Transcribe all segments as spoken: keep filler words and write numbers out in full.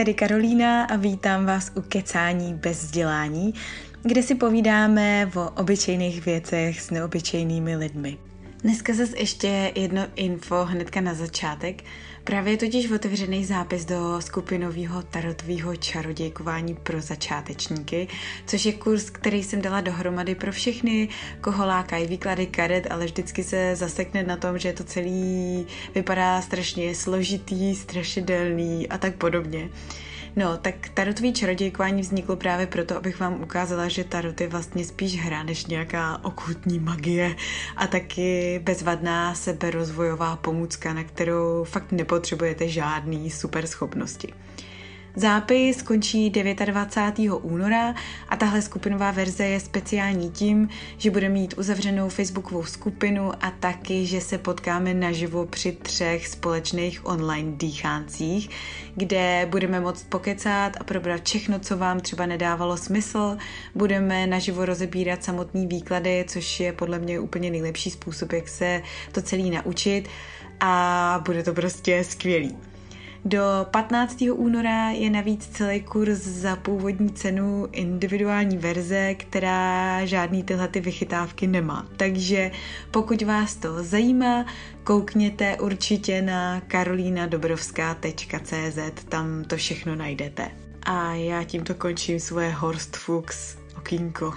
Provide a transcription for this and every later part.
tady Karolína a vítám vás u Kecání bez vzdělání, kde si povídáme o obyčejných věcech s neobyčejnými lidmi. Dneska zase ještě jedno info hnedka na začátek. Právě je totiž otevřený zápis do skupinového tarotového čarodějkování pro začátečníky, což je kurz, který jsem dala dohromady pro všechny, koho lákají výklady karet, ale vždycky se zasekne na tom, že to celý vypadá strašně složitý, strašidelný a tak podobně. No, tak tarotový čarodějkování vzniklo právě proto, abych vám ukázala, že tarot je vlastně spíš hra než nějaká okultní magie a taky bezvadná seberozvojová pomůcka, na kterou fakt nepotřebujete žádný super schopnosti. Zápis končí dvacátého devátého února a tahle skupinová verze je speciální tím, že bude mít uzavřenou facebookovou skupinu a taky, že se potkáme naživo při třech společných online dýcháncích, kde budeme moct pokecat a probrat všechno, co vám třeba nedávalo smysl. Budeme naživo rozebírat samotný výklady, což je podle mě úplně nejlepší způsob, jak se to celý naučit a bude to prostě skvělý. Do patnáctého února je navíc celý kurz za původní cenu individuální verze, která žádný tyhle ty vychytávky nemá. Takže pokud vás to zajímá, koukněte určitě na karolina dobrovská tečka cé zet, tam to všechno najdete. A já tímto končím svoje Horst Fuchs okýnko.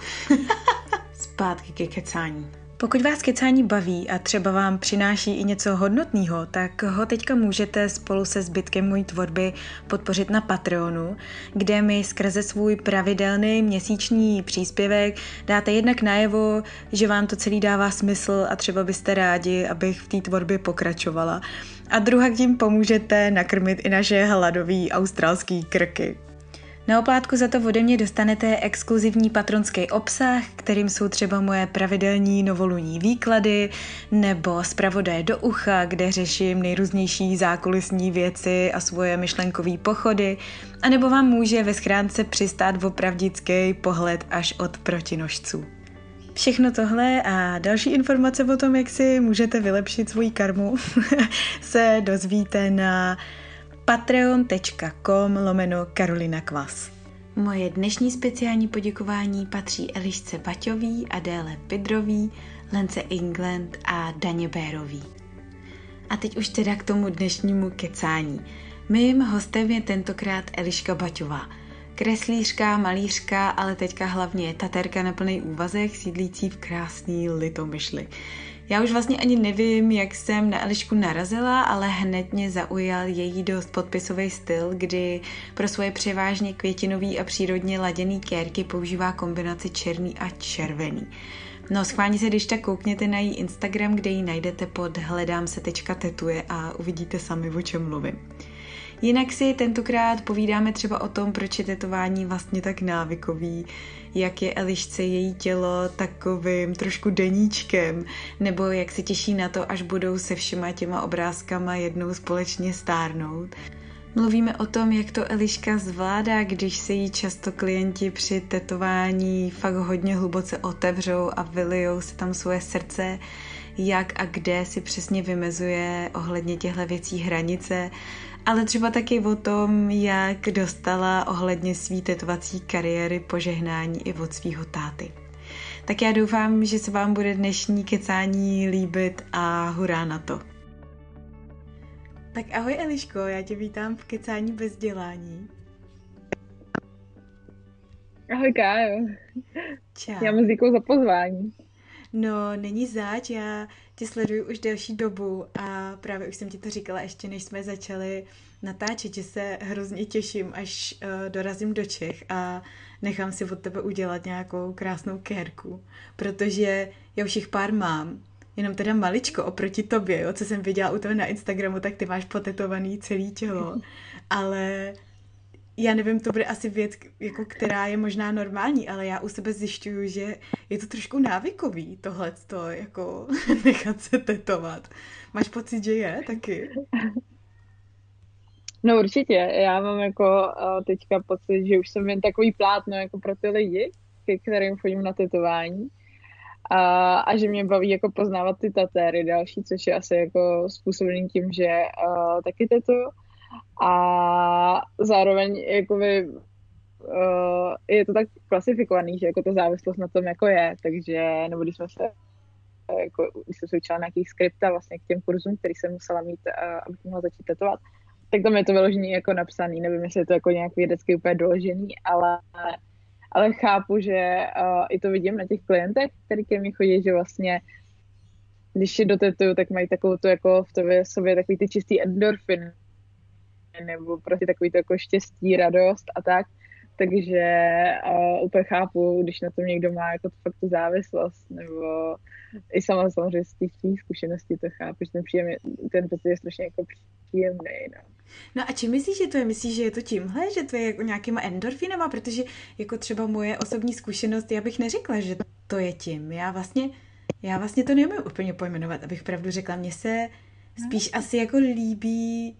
Zpátky ke kecání. Pokud vás kecání baví a třeba vám přináší i něco hodnotného, tak ho teďka můžete spolu se zbytkem mojí tvorby podpořit na Patreonu, kde mi skrze svůj pravidelný měsíční příspěvek dáte jednak najevo, že vám to celý dává smysl a třeba byste rádi, abych v té tvorbě pokračovala. A druhá tím pomůžete nakrmit i naše hladový australský krky. Na oplátku za to ode mě dostanete exkluzivní patronský obsah, kterým jsou třeba moje pravidelní novoluní výklady nebo zpravodaje do ucha, kde řeším nejrůznější zákulisní věci a svoje myšlenkové pochody, anebo vám může ve schránce přistát opravdický pohled až od protinožců. Všechno tohle a další informace o tom, jak si můžete vylepšit svoji karmu, se dozvíte na patreon tečka com lomeno Karolina Kvas. Moje dnešní speciální poděkování patří Elišce Baťový, Adéle Pidrový, Lence England a Daně Bérový. A teď už teda k tomu dnešnímu kecání. Mým hostem je tentokrát Eliška Baťová. Kreslířka, malířka, ale teďka hlavně tatérka na plný úvazek, sídlící v krásný Litomyšli. Já už vlastně ani nevím, jak jsem na Elišku narazila, ale hned mě zaujal její dost podpisový styl, kdy pro svoje převážně květinový a přírodně laděný kérky používá kombinaci černý a červený. No schválně se když tak koukněte na její Instagram, kde ji najdete pod hledám se tečka tetuje a uvidíte sami, o čem mluvím. Jinak si tentokrát povídáme třeba o tom, proč je tetování vlastně tak návykový, jak je Elišce její tělo takovým trošku deníčkem, nebo jak se těší na to, až budou se všema těma obrázkama jednou společně stárnout. Mluvíme o tom, jak to Eliška zvládá, když se jí často klienti při tetování fakt hodně hluboce otevřou a vylijou se tam svoje srdce, jak a kde si přesně vymezuje ohledně těchto věcí hranice, ale třeba taky o tom, jak dostala ohledně svý tetovací kariéry požehnání i od svýho táty. Tak já doufám, že se vám bude dnešní kecání líbit a hurá na to. Tak ahoj Eliško, já tě vítám v Kecání bez vzdělání. Ahoj Kájo. Čau. Já moc děkuju za pozvání. No, není zač, já tě sleduju už delší dobu a právě už jsem ti to říkala ještě, než jsme začali natáčet, že se hrozně těším, až uh, dorazím do Čech a nechám si od tebe udělat nějakou krásnou kérku, protože já už jich pár mám, jenom teda maličko oproti tobě, jo, co jsem viděla u tebe na Instagramu, tak ty máš potetovaný celé tělo, ale já nevím, to bude asi věc, jako, která je možná normální, ale já u sebe zjišťuju, že je to trošku návykový tohleto, jako nechat se tetovat. Máš pocit, že je taky? No určitě, já mám jako uh, teďka pocit, že už jsem jen takový plátno jako pro ty lidi, ke kterým chodím na tetování. A, a že mě baví jako poznávat ty tatéry další, což je asi jako způsobený tím, že uh, taky tetuju. A zároveň jakoby, uh, je to tak klasifikovaný, že jako ta závislost na tom jako je, takže, nebo když jsme se jako, když jsem se učila nějaký skripta vlastně k těm kurzům, který jsem musela mít, uh, abych mohla začít tetovat, tak tam je to vyložený jako napsaný, nevím, jestli je to jako nějak vědecky úplně doložený, ale, ale chápu, že uh, i to vidím na těch klientech, který ke mně chodí, že vlastně když je dotetuju, tak mají takovou to jako v tobě sobě takový ty čistý endorfin, nebo prostě takový to jako štěstí, radost a tak. Takže uh, úplně chápu, když na tom někdo má jako to fakt tu závislost, nebo i sama samozřejmě z těch svých zkušeností to chápu, že ten příjem je, ten pocit je strašně jako příjemný, no. No a čím myslíš, že to je? Myslíš, že je to tímhle, že to je jako nějakýma endorfinama? Protože jako třeba moje osobní zkušenost, já bych neřekla, že to je tím. Já vlastně, já vlastně to neumím úplně pojmenovat, abych pravdu řekla. Mně se spíš asi jako líbí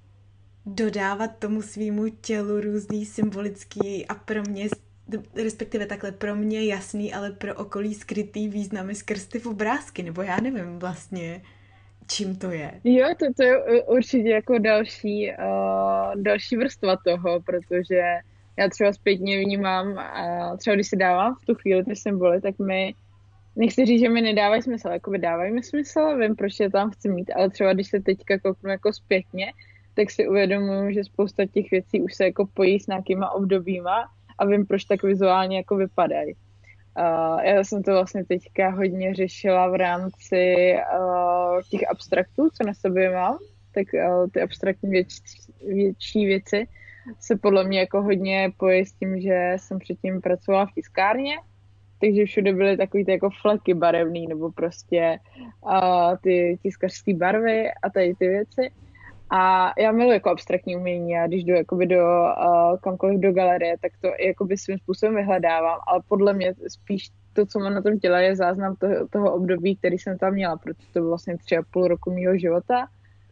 dodávat tomu svýmu tělu různý symbolický a pro mě, respektive takhle pro mě jasný, ale pro okolí skrytý významy skrz ty obrázky, nebo já nevím vlastně, čím to je. Jo, to, to je určitě jako další, uh, další vrstva toho, protože já třeba zpětně vnímám, uh, třeba když si dávám v tu chvíli ty symboly, tak mi, nechci říct, že mi nedávají smysl, jako by dávají mi smysl, vím, proč je tam chci mít, ale třeba když se teďka kouknu jako zpětně, tak si uvědomuji, že spousta těch věcí už se jako pojí s nějakýma obdobíma a vím, proč tak vizuálně jako vypadají. Uh, já jsem to vlastně teďka hodně řešila v rámci uh, těch abstraktů, co na sobě mám, tak uh, ty abstraktní věč, větší věci se podle mě jako hodně pojí s tím, že jsem předtím pracovala v tiskárně, takže všude byly takový ty jako fleky barevný, nebo prostě uh, ty tiskařské barvy a tady ty věci. A já miluji jako abstraktní umění a když jdu jakoby do uh, kamkoliv do galerie, tak to jakoby svým způsobem vyhledávám, ale podle mě spíš to, co mám na tom těle, je záznam toho, toho období, který jsem tam měla, protože to bylo vlastně tři a půl roku mýho života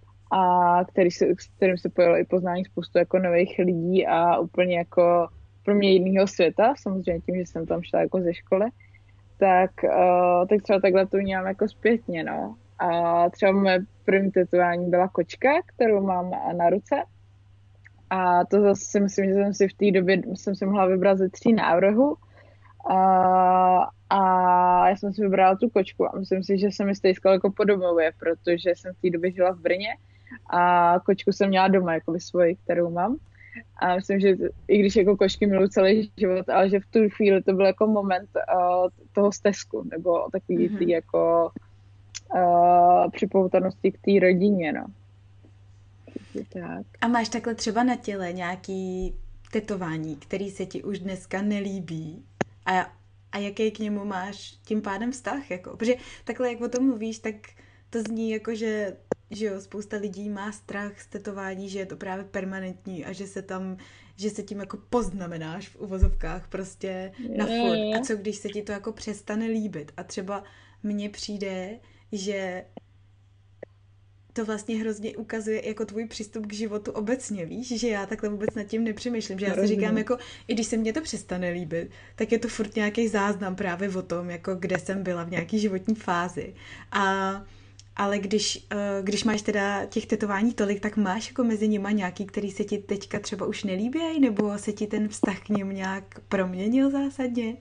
a který se, s kterým se pojelo i poznání spoustu jako nových lidí a úplně jako pro mě jiného světa, samozřejmě tím, že jsem tam šla jako ze školy, tak, uh, tak třeba takhle to vnímám jako zpětně, no. A třeba moje první tetování byla kočka, kterou mám na ruce. A to zase si myslím, že jsem si v té době jsem si mohla vybrat ze tří návrhů. A, a já jsem si vybrala tu kočku a myslím si, že se mi stejskala jako po domově, protože jsem v té době žila v Brně a kočku jsem měla doma, jako svoji, kterou mám. A myslím, že i když jako kočky miluji celý život, ale že v tu chvíli to byl jako moment uh, toho stesku, nebo takový mm-hmm. tý jako Uh, připoutanosti k té rodině, no. Tak. A máš takhle třeba na těle nějaký tetování, který se ti už dneska nelíbí a, a jaký k němu máš tím pádem vztah, jako? Protože takhle, jak o tom mluvíš, tak to zní jako, že, že jo, spousta lidí má strach z tetování, že je to právě permanentní a že se tam, že se tím jako poznamenáš v uvozovkách prostě na furt. A co když se ti to jako přestane líbit? A třeba mně přijde, že to vlastně hrozně ukazuje jako tvůj přístup k životu obecně, víš, že já takhle vůbec nad tím nepřemýšlím, že já si říkám jako, i když se mně to přestane líbit, tak je to furt nějaký záznam právě o tom, jako kde jsem byla v nějaký životní fázi. A, ale když, když máš teda těch tetování tolik, tak máš jako mezi nima nějaký, který se ti teďka třeba už nelíbí, nebo se ti ten vztah k něm nějak proměnil zásadně?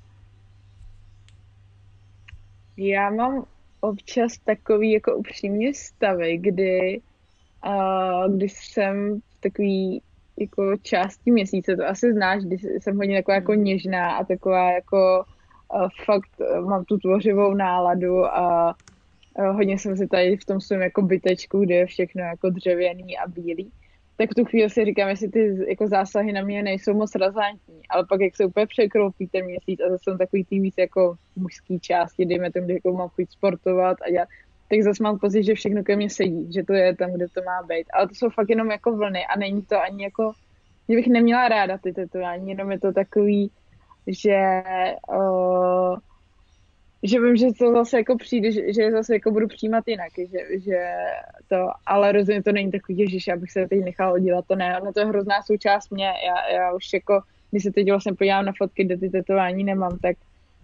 Já mám občas takový jako upřímně stavy, kdy, uh, když jsem v takový jako části měsíce, to asi znáš, když jsem hodně taková jako něžná a taková jako uh, fakt uh, mám tu tvořivou náladu a uh, hodně jsem si tady v tom svém jako bytečku, kde je všechno jako dřevěný a bílý, tak v tu chvíli si říkám, jestli ty jako zásahy na mě nejsou moc razantní, ale pak jak se úplně překroupí ten měsíc a zase jsem takový tý víc jako mužský části, dejme tomu, kde jako mám chuť sportovat a dělat, tak zase mám pocit, že všechno ke mně sedí, že to je tam, kde to má být. Ale to jsou fakt jenom jako vlny a není to ani jako, že bych neměla ráda ty tetování, jenom je to takový, že uh, že vím, že to zase jako přijde, že, že zase jako budu přijímat jinak, že, že to, ale rozhodně to není takový, ježiš, abych se teď nechala udělat, to ne, no to je hrozná součást mě, já, já už jako, když se teď vlastně podívám na fotky, kde ty tetování nemám, tak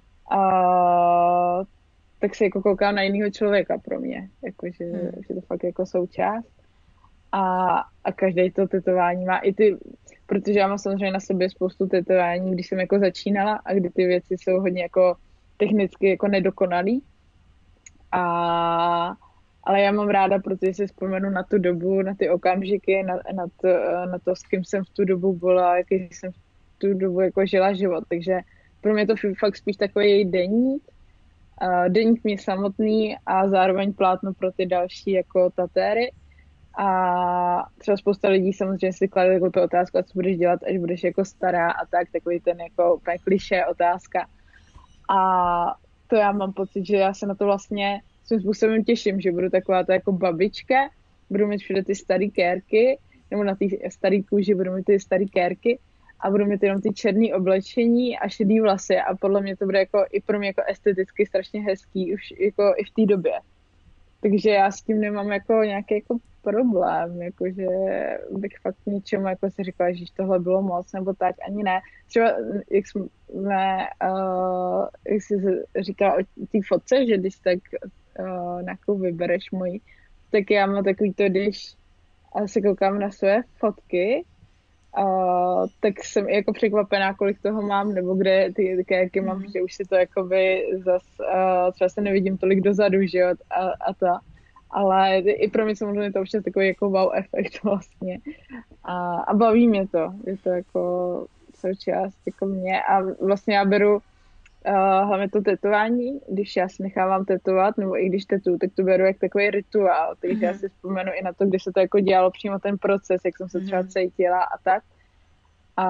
uh, tak se jako koukám na jinýho člověka pro mě, jakože, hmm. že to fakt jako součást a, a každý to tetování má i ty, protože já mám samozřejmě na sobě spoustu tetování, když jsem jako začínala a kdy ty věci jsou hodně jako technicky jako nedokonalý. A, ale já mám ráda, protože si vzpomenu na tu dobu, na ty okamžiky, na, na, to, na to, s kým jsem v tu dobu byla, jaký jsem v tu dobu jako žila život. Takže pro mě to fakt spíš takový deník, uh, deník mě samotný a zároveň plátno pro ty další jako tatéry. A třeba spousta lidí samozřejmě si klade jako tu otázku, a co budeš dělat, až budeš jako stará a tak, takový ten jako úplně klišé otázka. A to já mám pocit, že já se na to vlastně svým způsobem těším, že budu taková ta jako babička, budu mít všude ty staré kérky, nebo na ty staré kůži budu mít ty staré kérky a budu mít jenom ty černé oblečení a šedý vlasy a podle mě to bude jako i pro mě jako esteticky strašně hezký už jako i v té době. Takže já s tím nemám jako nějaký jako problém, jakože bych fakt něčemu jako si říkala, že tohle bylo moc, nebo tak, ani ne. Třeba, jak jsme, uh, jak jsi říkala o té fotce, že když tak uh, nějakou vybereš moji, tak já mám takový to, když se koukám na své fotky, Uh, tak jsem i jako překvapená, kolik toho mám, nebo kde ty, ty kérky mám, mm. že už si to jakoby zas, uh, třeba se nevidím tolik dozadu, že jo, a, a to. Ale i pro mě samozřejmě to už je takový jako wow efekt vlastně. A, a baví mě to, je to jako součást jako mě a vlastně já beru uh, hlavně to tetování, když já si nechávám tetovat, nebo i když tetuju, tak to beru jak takový rituál, takže mm. já si vzpomenu i na to, kdy se to jako dělalo přímo ten proces, jak jsem se třeba cítila a tak. A,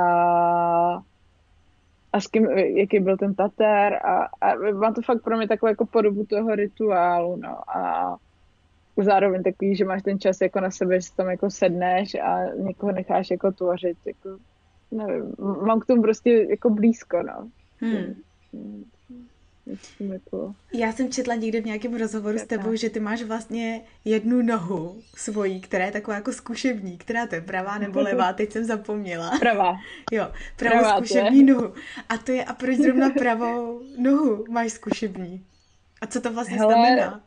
a s kým, jaký byl ten tatér a, a má to fakt pro mě takovou jako podobu toho rituálu, no a zároveň takový, že máš ten čas jako na sebe, že tam jako sedneš a někoho necháš jako tvořit, jako nevím, mám k tomu prostě jako blízko, no. Hmm. Jako... Já jsem četla někde v nějakém rozhovoru s tebou, že ty máš vlastně jednu nohu svojí, která je taková jako zkušební, která to je pravá nebo levá, teď jsem zapomněla. Pravá. Jo, pravou pravá zkušební nohu. A to je, a proč zrovna pravou nohu máš zkušební? A co to vlastně Hele... znamená?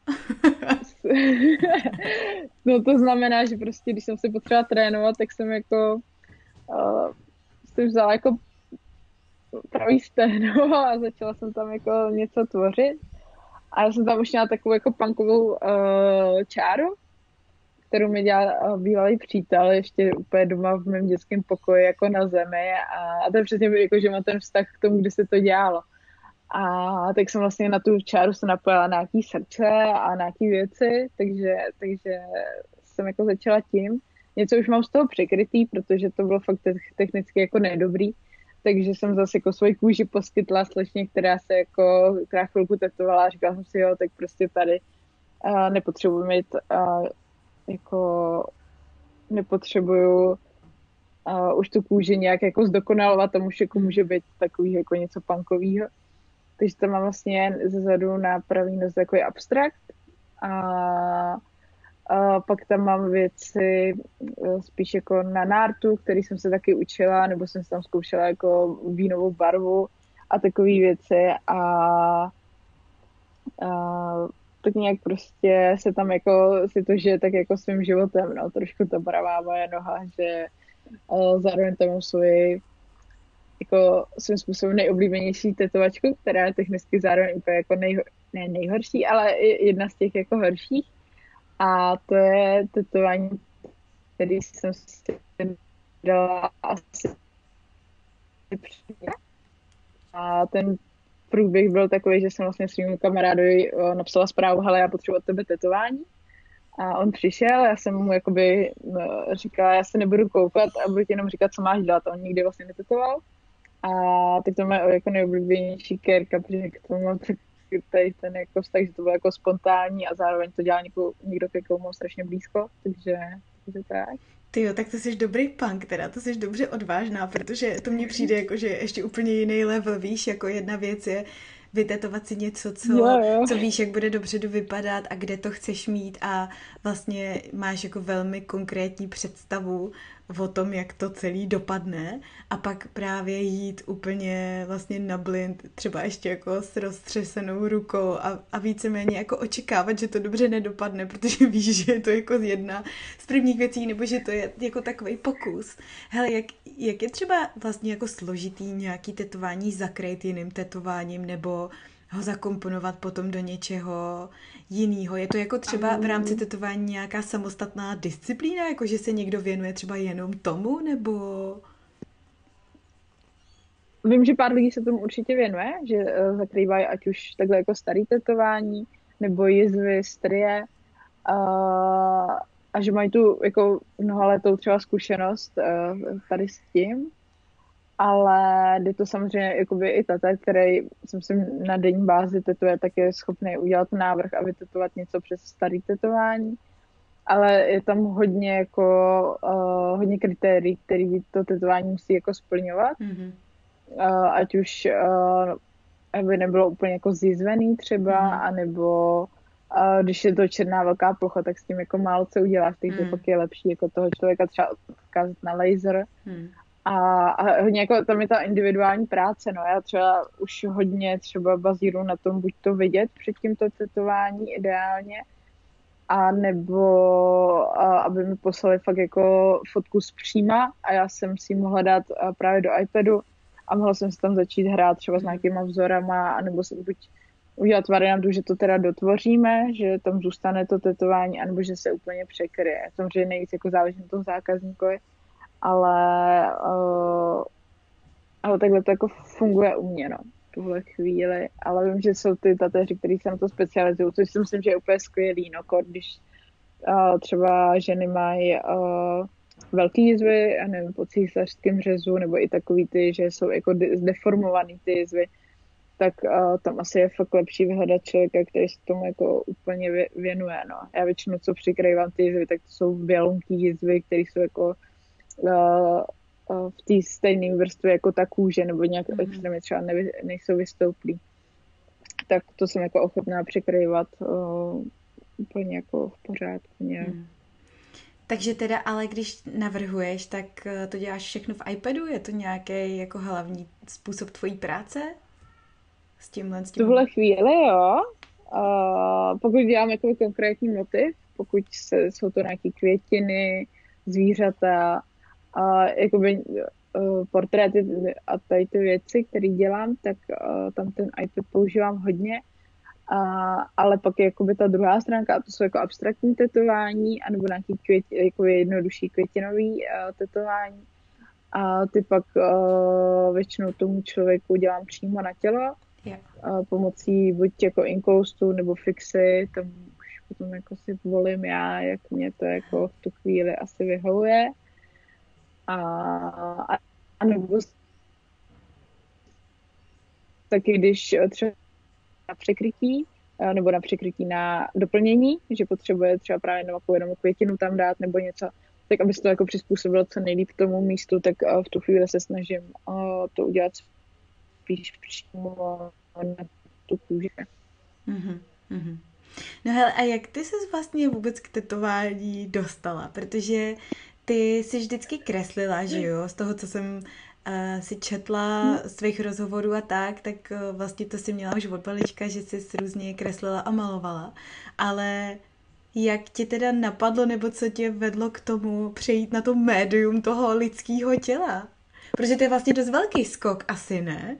No to znamená, že prostě, když jsem se potřebovala trénovat, tak jsem jako uh, jsem vzala jako pravý stehno a začala jsem tam jako něco tvořit. A já jsem tam už měla takovou jako punkovou uh, čáru, kterou mi dělal uh, bývalý přítel, ještě úplně doma v mém dětském pokoji jako na zemi. A, a to je přesně jako, že mám ten vztah k tomu, kdy se to dělalo. A tak jsem vlastně na tu čáru se napojila na nějaký srdce a nějaký věci, takže, takže jsem jako začala tím. Něco už mám z toho překrytý, protože to bylo fakt technicky jako nedobrý. Takže jsem zase jako svoji kůži poskytla slečně, která se jako, která chvilku tetovala a říkala jsem si, jo, tak prostě tady uh, nepotřebuji mít, uh, jako nepotřebuju uh, už tu kůži nějak jako zdokonalovat, tam už jako může být takový jako něco punkovýho. Takže to mám vlastně zezadu na pravý noze takový abstrakt a a pak tam mám věci spíš jako na nártu, který jsem se taky učila, nebo jsem se tam zkoušela jako vínovou barvu a takové věci a, a tak nějak prostě se tam jako si to žije tak jako svým životem, no, trošku ta pravá moje noha, že zároveň tam mám svoji jako svým způsobem nejoblíbenější tetovačku, která je technicky zároveň úplně jako nejho, ne nejhorší, ale jedna z těch jako horších. A to je tetování, který jsem si dala asi předtím. A ten průběh byl takový, že jsem vlastně svým kamarádovi napsala zprávu, hele, já potřebuji od tebe tetování. A on přišel, já jsem mu jakoby no, říkala, já se nebudu koukat a budu ti jenom říkat, co máš dělat. A on nikdy vlastně netetoval. A tak to je jako nejoblíbenější kérka, protože k tomu mám tady ten jako vztah, že to bylo jako spontánní a zároveň to dělal někdo, někdo ke komu mám strašně blízko, takže, takže tak. Ty jo, tak to jsi dobrý punk, teda, to jsi dobře odvážná, protože to mně přijde jako, že ještě úplně jiný level, víš, jako jedna věc je vytetovat si něco, co, jo, jo. co víš, jak bude dopředu vypadat a kde to chceš mít a vlastně máš jako velmi konkrétní představu o tom, jak to celý dopadne a pak právě jít úplně vlastně na blind, třeba ještě jako s roztřesenou rukou a, a víceméně jako očekávat, že to dobře nedopadne, protože víš, že je to jako jedna z prvních věcí, nebo že to je jako takový pokus. Hele, jak, jak je třeba vlastně jako složitý nějaký tetování zakrýt jiným tetováním, nebo ho zakomponovat potom do něčeho jiného. Je to jako třeba v rámci tetování nějaká samostatná disciplína, jako že se někdo věnuje třeba jenom tomu, nebo... Vím, že pár lidí se tomu určitě věnuje, že uh, zakrývají ať už takhle jako starý tetování, nebo jizvy, strie, uh, a že mají tu jako mnohaletou třeba zkušenost uh, tady s tím. Ale jde to samozřejmě jakoby i tata, který jsem si na denní bázi tetuje, tak je schopný udělat návrh a vytetovat něco přes starý tetování. Ale je tam hodně jako uh, hodně kritérií, které to tetování musí jako splňovat. Mm-hmm. Uh, ať už uh, aby nebylo úplně jako zjizvený třeba, mm-hmm. anebo uh, když je to černá velká plocha, tak s tím jako málo co uděláš, takže mm. pak je lepší jako toho člověka třeba odkázat na laser. Mm. A, a hodně jako tam je ta individuální práce, no já třeba už hodně třeba bazíru na tom buď to vidět před tímto tetování ideálně, a nebo a, aby mi poslali fakt jako fotku zpříma a já jsem si ji mohla dát právě do iPadu a mohla jsem si tam začít hrát třeba s nějakýma vzorama, anebo se buď udělat variantu, že to teda dotvoříme, že tam zůstane to tetování, anebo že se úplně překryje. Samozřejmě nejvíc jako záleží na tom zákazníkovi, ale, uh, ale takhle to jako funguje u mě, no, v tuhle chvíli, ale vím, že jsou ty tatéři, kteří se na to specializují, což si myslím, že je úplně skvělý, no, když uh, třeba ženy mají uh, velký jizvy, já nevím, po císařském řezu, nebo i takový ty, že jsou jako deformovaný ty jizvy, tak uh, tam asi je fakt lepší vyhledat člověka, který se tomu jako úplně věnuje, no. Já většinou, co přikrývám ty jizvy, tak to jsou bělonký jizvy, které jsou jako Uh, uh, v té stejné vrstvě jako ta kůže, nebo nějak mm-hmm. extrémně třeba nevy, nejsou vystouplí. Tak to jsem jako ochotná překrývat uh, úplně jako v pořádku nějak. Mm. Takže teda, ale když navrhuješ, tak to děláš všechno v iPadu? Je to nějaký jako hlavní způsob tvojí práce? S tímhle, s tím... V tuhle chvíli, jo. Uh, pokud dělám jako konkrétní motiv, pokud se, jsou to nějaké květiny, zvířata, a jakoby uh, portréty a tady ty věci, které dělám, tak uh, tam ten iPad používám hodně, uh, ale pak je jakoby ta druhá stránka, a to jsou jako abstraktní tetování, anebo nějaký květ, jakoby jednodušší květinový uh, tetování, a ty pak uh, většinou tomu člověku dělám přímo na tělo, yeah. uh, pomocí buď jako inkoustu nebo fixy, tam už potom jako si volím já, jak mě to jako v tu chvíli asi vyhovuje. A, a, a nebo taky když třeba na překrytí, nebo na překrytí na doplnění, že potřebuje třeba právě nějakou jenom květinu tam dát nebo něco, tak aby se to jako přizpůsobilo co nejlíp k tomu místu, tak v tu chvíli se snažím to udělat spíš přímo na tu kůži. Mm-hmm, mm-hmm. No hele, a jak ty ses vlastně vůbec k tetování dostala? Protože ty jsi vždycky kreslila, že jo? Z toho, co jsem uh, si četla z tvých rozhovorů a tak, tak uh, vlastně to si měla už od malička, že jsi různě kreslila a malovala. Ale jak ti teda napadlo, nebo co tě vedlo k tomu přejít na to médium toho lidského těla? Protože to je vlastně dost velký skok asi, ne?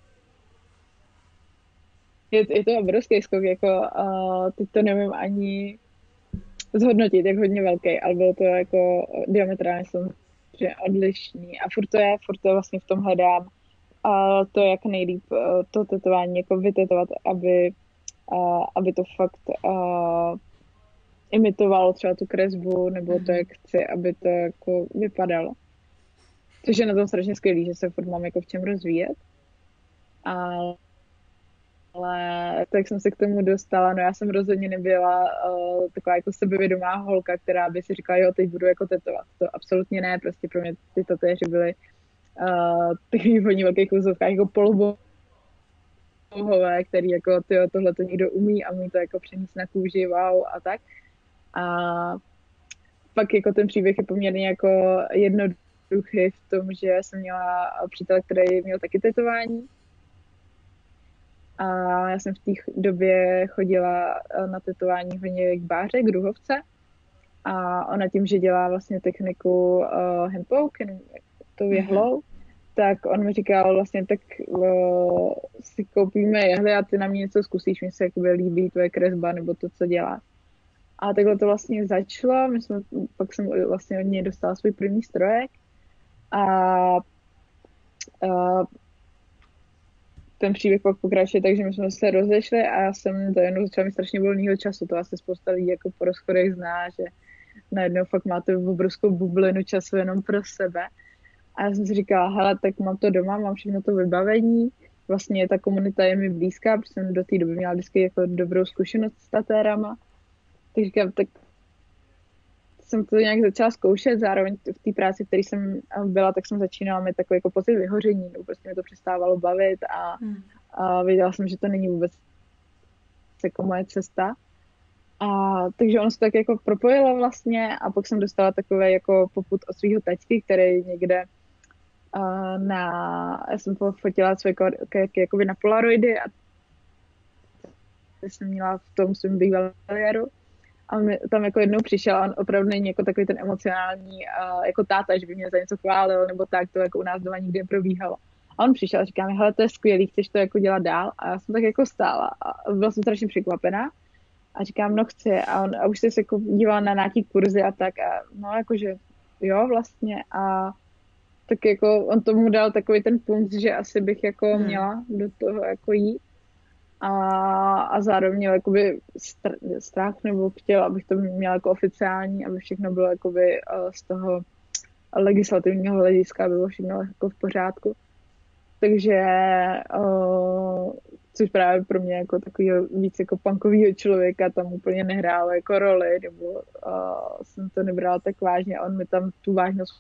Je, je to obrovský skok, jako uh, teď to nevím ani zhodnotit, jak hodně velký, ale bylo to jako diametrálně samozřejmě odlišný a furt to je, furt to vlastně v tom hledám a to, jak nejlíp uh, to tetování jako vytetovat, aby, uh, aby to fakt uh, imitovalo třeba tu kresbu, nebo to, jak chci, aby to jako vypadalo. Což je na tom strašně skvělý, že se furt mám jako v čem rozvíjet. A ale tak jsem se k tomu dostala, no já jsem rozhodně nebyla uh, taková jako sebevědomá holka, která by si říkala, jo, teď budu jako tetovat. To absolutně ne, prostě pro mě ty tatéři byly uh, takový v hodně velkých úzovkách jako polobohové, který jako tyjo, tohle to někdo umí a umí to jako přenést na kůži, wow a tak. A pak jako ten příběh je poměrně jako jednoduchý v tom, že jsem měla přítel, který měl taky tetování. A já jsem v té době chodila na tetování hodně k Báře, k Duhovce. A ona tím, že dělá vlastně techniku uh, handpoke, tou jehlou, tak on mi říkal vlastně, tak uh, si koupíme jehly a ty na mě něco zkusíš, mi se jakoby líbí tvoje kresba nebo to, co děláš. A takhle to vlastně začalo, my jsme, pak jsem vlastně od něj dostala svůj první strojek a uh, ten příběh pak pokračuje, takže my jsme se rozešli a já jsem to jenom začala mít strašně volného času, to asi spousta lidí jako po rozchodech zná, že najednou fakt máte obrovskou bublinu času jenom pro sebe. A já jsem si říkala, hele, tak mám to doma, mám všechno to vybavení, vlastně ta komunita je mi blízká, protože jsem do té doby měla vždycky jako dobrou zkušenost s tatérama. Tak říkám, tak jsem to nějak začala zkoušet, zároveň v té práci, v které jsem byla, tak jsem začínala mít takový jako pocit vyhoření, no, prostě mě to přestávalo bavit a, hmm. a věděla jsem, že to není vůbec jako moje cesta. A takže ono se tak jako propojilo vlastně a pak jsem dostala takový jako popud od svého taťky, který někde uh, na, já jsem fotila své korky jakoby na polaroidy a jsem měla v tom svým bývalém ateliéru. A on tam jako jednou přišel a on opravdu není jako takový ten emocionální uh, jako táta, že by mě za něco chválil nebo tak, to jako u nás doma nikdy neprobíhalo. A on přišel a říká mi, hele, to je skvělý, chceš to jako dělat dál? A já jsem tak jako stála a byla jsem strašně překvapená. A říkám, no chci. A, on, a už jsi se jako dívala na nějaký kurzy a tak. A no jakože jo vlastně. A tak jako on tomu dal takový ten punkt, že asi bych jako hmm. měla do toho jako jít. A, a zároveň měl jakoby strach nebo chtěl, abych to měla jako oficiální, aby všechno bylo jakoby z toho legislativního hlediska, aby bylo všechno jako v pořádku. Takže uh, což právě pro mě jako takového víc jako punkového člověka tam úplně nehrálo jako roli, nebo uh, jsem to nebrala tak vážně a on mi tam tu vážnost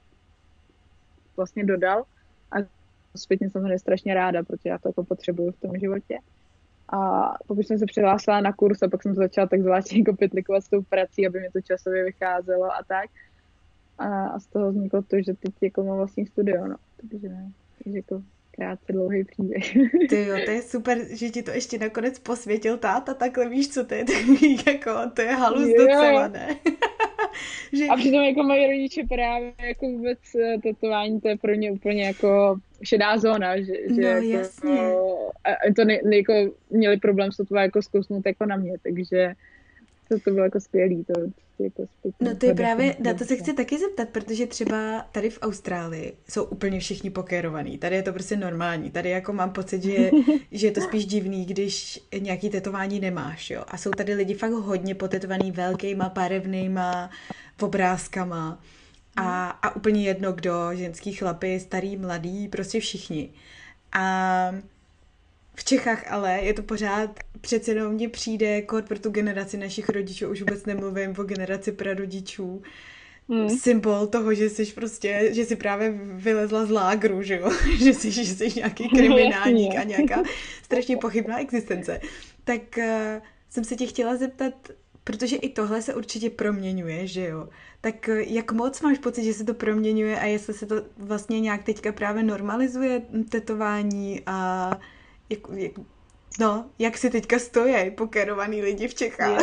vlastně dodal a zpětně jsem strašně ráda, protože já to jako potřebuju v tom životě. A pokud jsem se přihlásila na kurz a pak jsem to začala tak zvláštně jako pytlikovat s tou prací, aby mi to časově vycházelo a tak. A, a z toho vzniklo to, že teď jako mám vlastní studio, no. Takže ne, takže jako krátce dlouhý příběh. Ty jo, to je super, že ti to ještě nakonec posvětil táta, takhle víš, co to je, takový jako, to je halus jo. Docela, ne? že... A přitom jako moji rodiče právě jako vůbec tetování, to je pro ně úplně jako šedá zóna, že, že no, jako, jasně. A to ne, ne, jako měli problém s to jako zkousnout jako na mě, takže to, to bylo jako skvělý, to jako no to je právě, na to se chci taky zeptat, protože třeba tady v Austrálii jsou úplně všichni pokérovaný, tady je to prostě normální, tady jako mám pocit, že, že je to spíš divný, když nějaký tetování nemáš, jo, a jsou tady lidi fakt hodně potetovaný velkýma, barevnýma obrázkama a, a úplně jedno kdo, ženský chlapy, starý, mladý, prostě všichni. A v Čechách ale je to pořád, přece jenom mně přijde kód pro tu generaci našich rodičů, už vůbec nemluvím o generaci prarodičů, hmm. symbol toho, že jsi prostě, že jsi právě vylezla z lágru, že jo, že jsi, že jsi nějaký kriminálník a nějaká strašně pochybná existence. Tak uh, jsem se tě chtěla zeptat, protože i tohle se určitě proměňuje, že jo, tak jak moc máš pocit, že se to proměňuje a jestli se to vlastně nějak teďka právě normalizuje tetování a Jak, jak, no, jak si teďka stojí pokérovaný lidi v Čechách?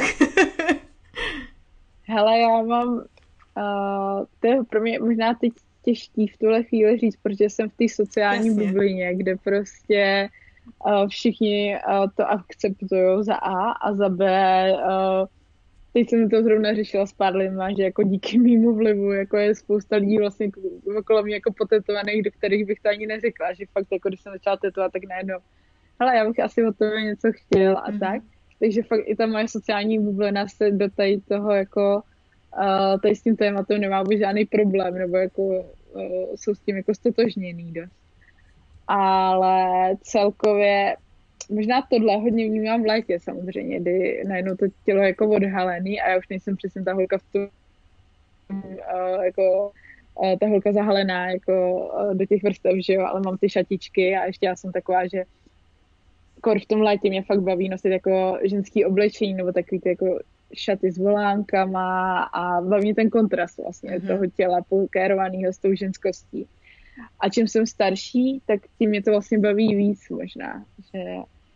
Hele, já mám, uh, to je pro mě možná teď těžký v tuhle chvíli říct, protože jsem v té sociální Jasně. bublině, kde prostě uh, všichni uh, to akceptují za A a za B. Uh, teď jsem to zrovna řešila s pár lidma, že jako díky mýmu vlivu jako je spousta lidí vlastně okolo mě jako potetovaných, do kterých bych to ani neřekla, že fakt jako když jsem začala tetovat, tak najednou hele, já bych asi o tobě něco chtěl a mm. tak. Takže fakt i ta moje sociální bublina se do tady toho jako uh, tady s tím tématem nemá vůbec žádný problém, nebo jako uh, jsou s tím jako stotožněný dost. Ale celkově možná tohle hodně vnímám v létě samozřejmě, kdy najednou to tělo je jako odhalený a já už nejsem přesně ta holka v tom uh, jako uh, ta holka zahalená jako uh, do těch vrstev, že jo, ale mám ty šatičky a ještě já jsem taková, že kor v tom létě mě fakt baví nosit jako ženský oblečení nebo takový ty jako šaty s volánkama a hlavně ten kontrast vlastně mm-hmm. toho těla pokérovaného s tou ženskostí. A čím jsem starší, tak tím mě to vlastně baví víc možná, že,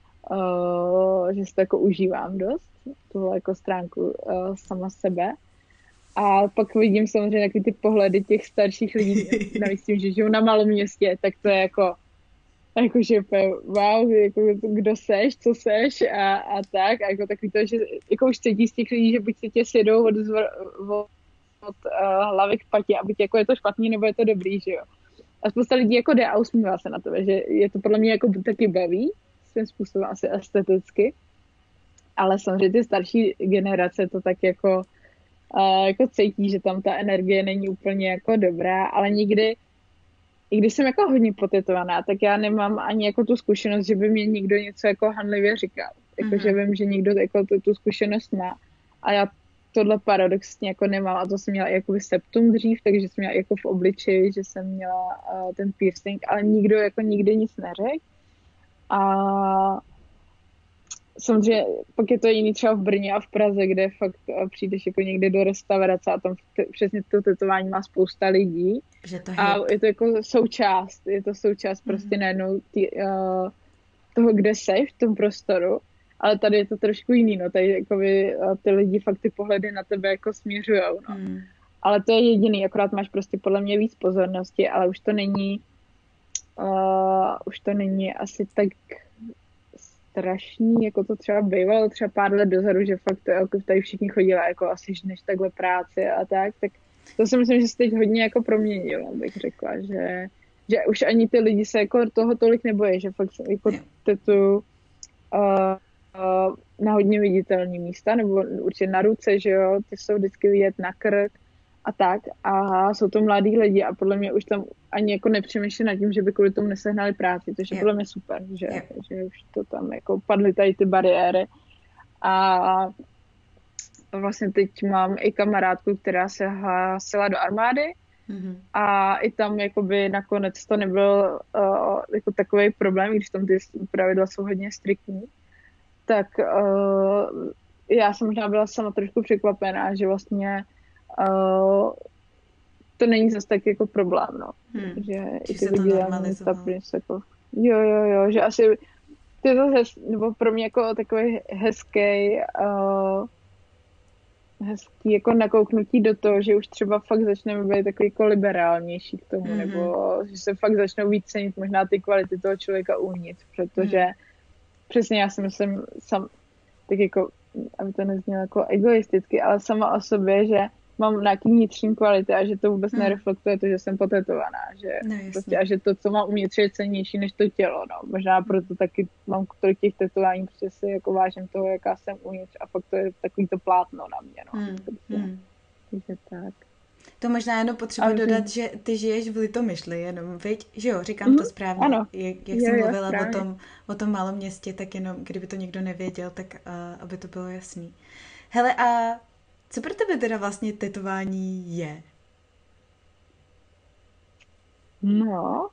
uh, že si to jako užívám dost, tuhle jako stránku uh, sama sebe. A pak vidím samozřejmě takový ty pohledy těch starších lidí, navíc tím, že žijou na malém městě, tak to je jako jakože wow, jako, kdo seš, co seš a, a tak. A jako takový to, že jako už cítí z těch lidí, že buď se tě sjedou od, zvr, od, od uh, hlavy k patě a buď jako je to špatný, nebo je to dobrý, že jo. A spousta lidí jako jde a usmívá se na to, že je to podle mě jako taky baví, svým způsobem asi esteticky. Ale samozřejmě ty starší generace to tak jako, uh, jako cítí, že tam ta energie není úplně jako dobrá, ale nikdy i když jsem jako hodně potetovaná, tak já nemám ani jako tu zkušenost, že by mě někdo něco jako hanlivě říkal. Jako, mm-hmm. že vím, že někdo jako tu, tu zkušenost má. A já tohle paradoxně jako nemám. A to jsem měla jakoby septum dřív, takže jsem měla jako v obličeji, že jsem měla uh, ten piercing, ale nikdo jako nikdy nic neřekl. A samozřejmě pak je to jiný třeba v Brně a v Praze, kde fakt přijdeš jako někde do restaurace a tam t- přesně to tetování má spousta lidí. Že to a je to jako součást, je to součást mm-hmm. prostě najednou tý, uh, toho, kde seš v tom prostoru, ale tady je to trošku jiný, no, tady jako by, uh, ty lidi fakt ty pohledy na tebe jako směřujou, no. Mm. Ale to je jediný, akorát máš prostě podle mě víc pozornosti, ale už to není uh, už to není asi tak strašný, jako to třeba bývalo třeba pár let dozadu, že fakt jako tady všichni chodili jako asi než takhle práci a tak, tak to si myslím, že se teď hodně jako proměnilo, bych řekla, že, že už ani ty lidi se jako toho tolik nebojí, že fakt jako tetu uh, uh, na hodně viditelný místa, nebo určitě na ruce, že jo, ty jsou vždycky vidět na krk a tak a jsou to mladí lidi a podle mě už tam ani jako nepřemýšlí nad tím, že by kvůli tomu nesehnali práci, což je podle mě super, že, že už to tam jako padly tady ty bariéry a vlastně teď mám i kamarádku, která se hlásila do armády mm-hmm. a i tam jakoby nakonec to nebyl uh, jako takový problém, když tam ty pravidla jsou hodně striktní, tak uh, já jsem možná byla sama trošku překvapená, že vlastně uh, to není zase tak jako problém, no. Hmm. Že, že i ty lidi jako, jo, jo, jo, že asi to je to hez, nebo pro mě jako takový hezký uh, hezký jako nakouknutí do toho, že už třeba fakt začneme být takový jako liberálnější k tomu, mm-hmm. nebo že se fakt začnou víc cenit možná ty kvality toho člověka uvnitř, protože mm. přesně já si myslím, sam, tak jako, aby to neznělo jako egoisticky, ale sama o sobě, že mám nějaký vnitřní kvality a že to vůbec mm. nereflektuje to, že jsem potetovaná, že no, prostě, a že to, co mám uvnitř, je cennější než to tělo, no. Možná proto taky mám tolik těch tetování, protože si jako vážím toho, jaká jsem uvnitř a fakt to je takový to plátno na mě, no. Mm. Takže, mm. takže tak. To možná jenom potřeba dodat, že ty žiješ v Litomyšli jenom, viď? Že jo, říkám mm, to správně. Ano. Jak, jak jsem mluvila o tom, o tom malém městě, tak jenom, kdyby to někdo nevěděl, tak uh, aby to bylo jasný. Hele, a co pro tebe teda vlastně tetování je? No,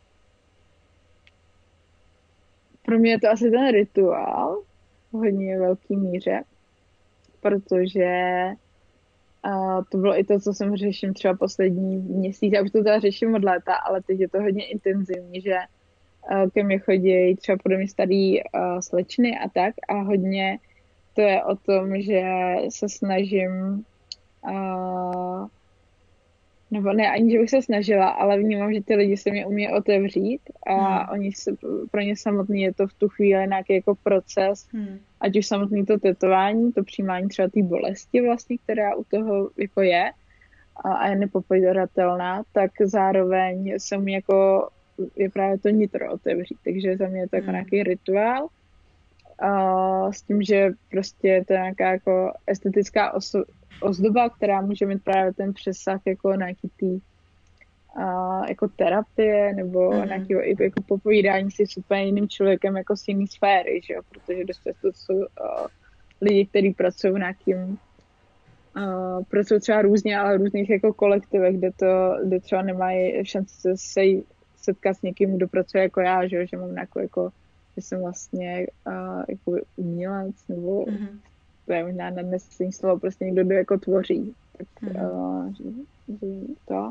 pro mě je to asi ten rituál v hodně velký míře, protože uh, to bylo i to, co jsem řeším třeba poslední měsíc. Já už to teda řeším od léta, ale teď je to hodně intenzivní, že uh, ke mně chodí třeba podobně starý uh, slečny a tak a hodně to je o tom, že se snažím uh, nebo ne, ani že bych se snažila, ale vnímám, že ty lidi se mě umí otevřít a hmm. oni se, pro ně samotný je to v tu chvíli nějaký jako proces, hmm. ať už samotný to tetování, to přijímání třeba té bolesti vlastně, která u toho jako je a, a je nepopiratelná, tak zároveň se mi jako je právě to nitro otevřít, takže za mě je to jako hmm. nějaký rituál a s tím, že prostě to je nějaká jako estetická oso- ozdoba, která může mít právě ten přesah jako nějaký tý uh, jako terapie nebo mm. nějakého jako popovídání si s úplně jiným člověkem jako z jiný sféry, že jo, protože dost často jsou uh, lidi, kteří pracují v nějakým uh, pracují třeba různě, ale v různých jako kolektivech, kde to, kde třeba nemají šanci se sej, setkat s někým, kdo pracuje jako já, že jo, že mám nějakou jako že jsem vlastně uh, jako umělec nebo mm-hmm. to je možná nadnesený slovo, prostě někdo, kdo jako tvoří. Tak, Hmm. uh, že, že to.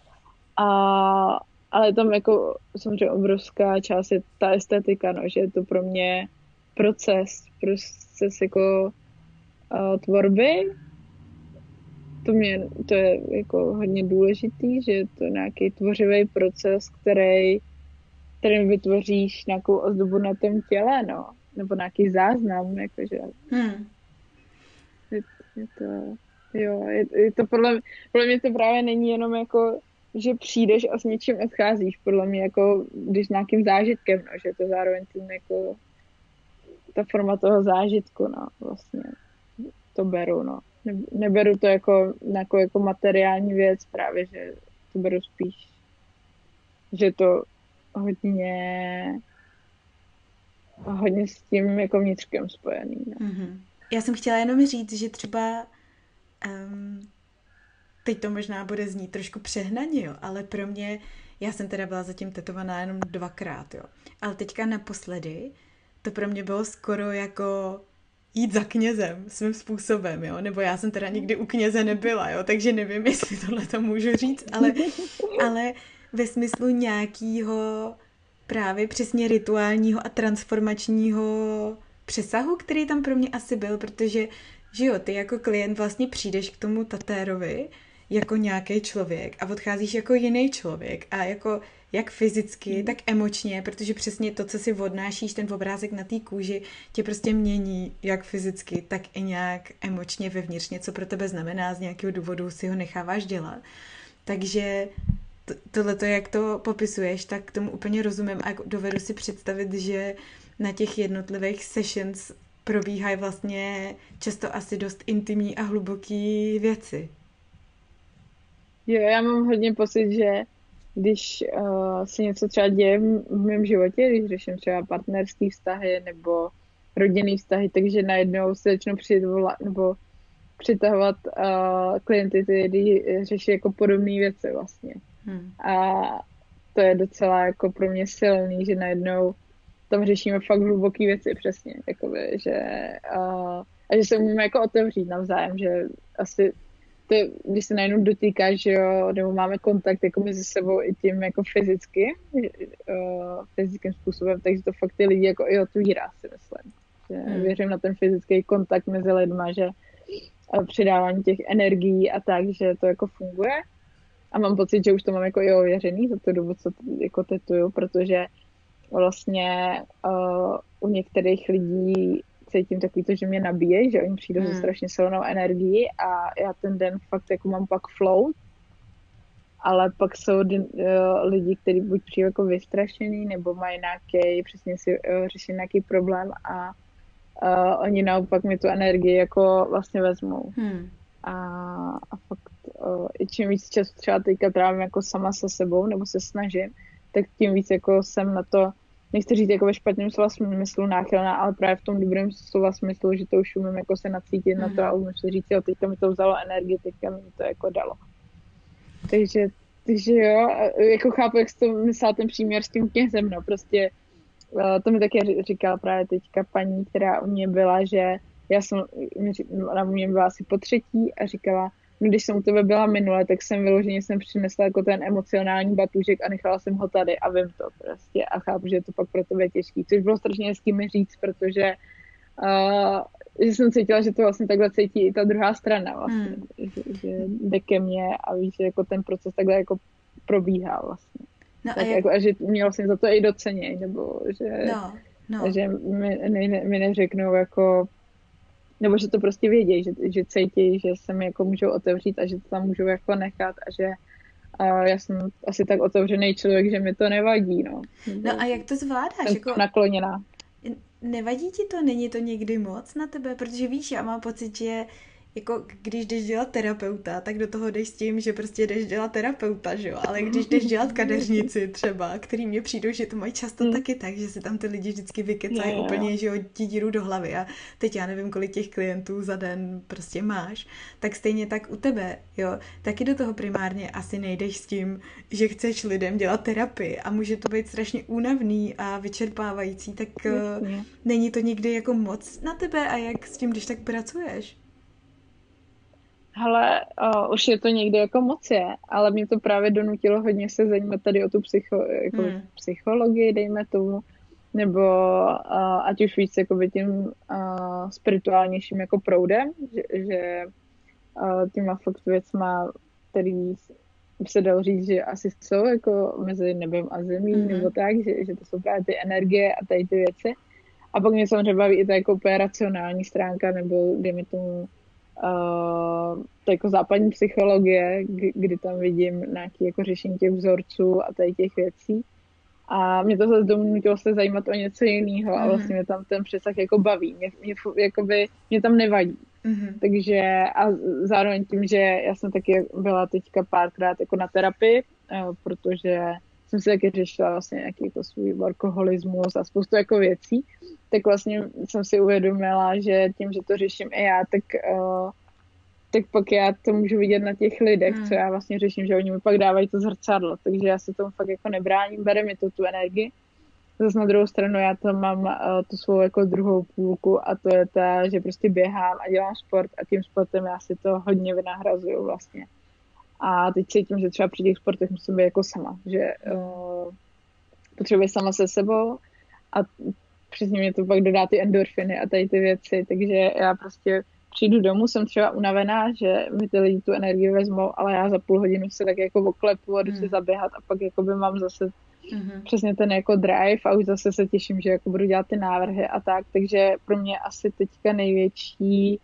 A, ale tam jako samozřejmě obrovská část je ta estetika, no, že je to pro mě proces, proces jako uh, tvorby. To, mě, to je jako hodně důležitý, že je to nějaký tvořivý proces, který, kterým vytvoříš nějakou ozdobu na tom těle, no, nebo nějaký záznam, jakože. Hmm. Je, je to, jo, je, je to podle, podle mě to právě není jenom jako, že přijdeš a s něčím odcházíš, podle mě jako, když s nějakým zážitkem, no, že je to zároveň tím jako ta forma toho zážitku, no, vlastně to beru, no. Ne, neberu to jako, jako, jako materiální věc právě, že to beru spíš, že to hodně hodně s tím jako vnitřkem spojený, no. Mm-hmm. Já jsem chtěla jenom říct, že třeba um, teď to možná bude znít trošku přehnaně, jo, ale pro mě, já jsem teda byla zatím tetovaná jenom dvakrát, jo, ale teďka naposledy to pro mě bylo skoro jako jít za knězem svým způsobem, jo, nebo já jsem teda nikdy u kněze nebyla, jo, takže nevím, jestli tohle to můžu říct, ale, ale ve smyslu nějakého právě přesně rituálního a transformačního přesahu, který tam pro mě asi byl, protože, že jo, ty jako klient vlastně přijdeš k tomu tatérovi jako nějaký člověk a odcházíš jako jiný člověk a jako jak fyzicky, tak emočně, protože přesně to, co si odnášíš, ten obrázek na té kůži, tě prostě mění jak fyzicky, tak i nějak emočně vevnitř. Něco pro tebe znamená, z nějakého důvodu si ho necháváš dělat. Takže to, tohleto, jak to popisuješ, tak tomu úplně rozumím a dovedu si představit, že na těch jednotlivých sessions probíhají vlastně často asi dost intimní a hluboký věci. Jo, já mám hodně pocit, že když uh, se něco třeba děje v mém životě, když řeším třeba partnerský vztahy nebo rodinný vztahy, takže najednou se začnu přitahovat nebo přitahovat uh, klienty, kteří řeší jako podobné věci vlastně. Hmm. A to je docela jako pro mě silný, že najednou tam řešíme fakt hluboké věci přesně, jakoby, že uh, a že se umíme jako otevřít navzájem, že asi to, když se najednou dotýkáš, že jo, nebo máme kontakt jako mezi sebou i tím jako fyzicky, uh, fyzickým způsobem, takže to fakt ty lidi jako i otvírá, si myslím. Že hmm. věřím na ten fyzický kontakt mezi lidma, že uh, předávání těch energií a tak, že to jako funguje. A mám pocit, že už to mám jako i ověřený za tu dobu, co jako tetuju, protože vlastně uh, u některých lidí cítím takový to, že mě nabíje, že oni přijdou hmm. se strašně silnou energií a já ten den fakt jako mám pak flow, ale pak jsou uh, lidi, kteří buď přijdou jako vystrašený, nebo mají nějaký, přesně si uh, řeší nějaký problém a uh, oni naopak mi tu energii jako vlastně vezmou. Hmm. A, a fakt uh, i čím víc času třeba teďka trávím jako sama se sebou, nebo se snažím, tak tím víc jako jsem na to, nechci říct jako ve špatném slova smyslu náchylná, ale právě v tom dobrém slova smyslu, že to už umím jako se nacítit mm. na to a umím si říct, jo, teďka mi to vzalo energii, teďka mi to jako dalo. Takže, takže jo, jako chápu, jak jsi to myslela ten příměr s tím knězem, no, prostě to mi také říkala právě teďka paní, která u mě byla, že já jsem, ona u mě byla asi po třetí a říkala, no, když jsem u tebe byla minule, tak jsem vyloženě jsem přinesla jako ten emocionální batůžek a nechala jsem ho tady a vím to prostě a chápu, že je to pak pro tebe těžký, což bylo strašně hezký mi říct, protože uh, že jsem cítila, že to vlastně takhle cítí i ta druhá strana vlastně, hmm. že, že jde ke mně a víš, že jako ten proces takhle jako probíhá vlastně. No tak a, jak... jako, a že mělo jsem za to i doceněj, nebo že, no, no. že mi, mi, mi neřeknou jako nebo že to prostě vědějí, že, že cítí, že se mi jako můžou otevřít a že to tam můžou jako nechat a že a já jsem asi tak otevřený člověk, že mi to nevadí, no. No a jak to zvládáš? Jsem jako... nakloněná. Nevadí ti to? Není to někdy moc na tebe? Protože víš, já mám pocit, že jako když jdeš dělat terapeuta, tak do toho jdeš s tím, že prostě jdeš dělat terapeuta, že jo, ale když jdeš dělat kadeřnici třeba, který mě přijdou, že to mají často mm. taky tak, že se tam ty lidi vždycky vykecají no, úplně, že jo, ti díru do hlavy a teď já nevím, kolik těch klientů za den prostě máš, tak stejně tak u tebe, jo, taky do toho primárně asi nejdeš s tím, že chceš lidem dělat terapii a může to být strašně únavný a vyčerpávající, tak uh, není to někdy jako moc na tebe a jak s tím, když tak pracuješ? Hele, uh, už je to někdy jako moc je, ale mě to právě donutilo hodně se zajímat tady o tu psycho, jako hmm. psychologii, dejme tomu, nebo uh, ať už víc jakoby tím uh, spirituálnějším jako proudem, že, že uh, těma fakt věcma, který by se dalo říct, že asi jsou jako mezi nebem a zemí, hmm. nebo tak, že, že to jsou právě ty energie a tady ty věci. A pak mě samozřejmě baví i ta jako úplně racionální stránka, nebo dejme tomu Uh, to jako západní psychologie, kdy tam vidím nějaké jako řešení těch vzorců a tady těch věcí. A mě to zase donutilo se zajímat o něco jiného a vlastně mě tam ten přesah jako baví. Mě, mě, jakoby, mě tam nevadí. Mm-hmm. Takže a zároveň tím, že já jsem taky byla teďka párkrát jako na terapii, uh, protože jsem si taky řešila vlastně nějaký jako svůj alkoholismus a spoustu jako věcí, tak vlastně jsem si uvědomila, že tím, že to řeším i já, tak, uh, tak pak já to můžu vidět na těch lidech, hmm. co já vlastně řeším, že oni mi pak dávají to zrcadlo, takže já se tomu fakt jako nebráním, bere mi to tu energii. Zase na druhou stranu já tam mám uh, tu svou jako druhou půlku a to je ta, že prostě běhám a dělám sport a tím sportem já si to hodně vynahrazuju vlastně. A teď cítím, že třeba při těch sportech musím být jako sama, že uh, potřebuji sama se sebou a přesně mě to pak dodá ty endorfiny a tady ty věci, takže já prostě přijdu domů, jsem třeba unavená, že mi ty lidi tu energii vezmou, ale já za půl hodinu se tak jako oklepu a jdu mm. si zaběhat a pak jakoby mám zase mm-hmm. přesně ten jako drive a už zase se těším, že jako budu dělat ty návrhy a tak, takže pro mě asi teďka největší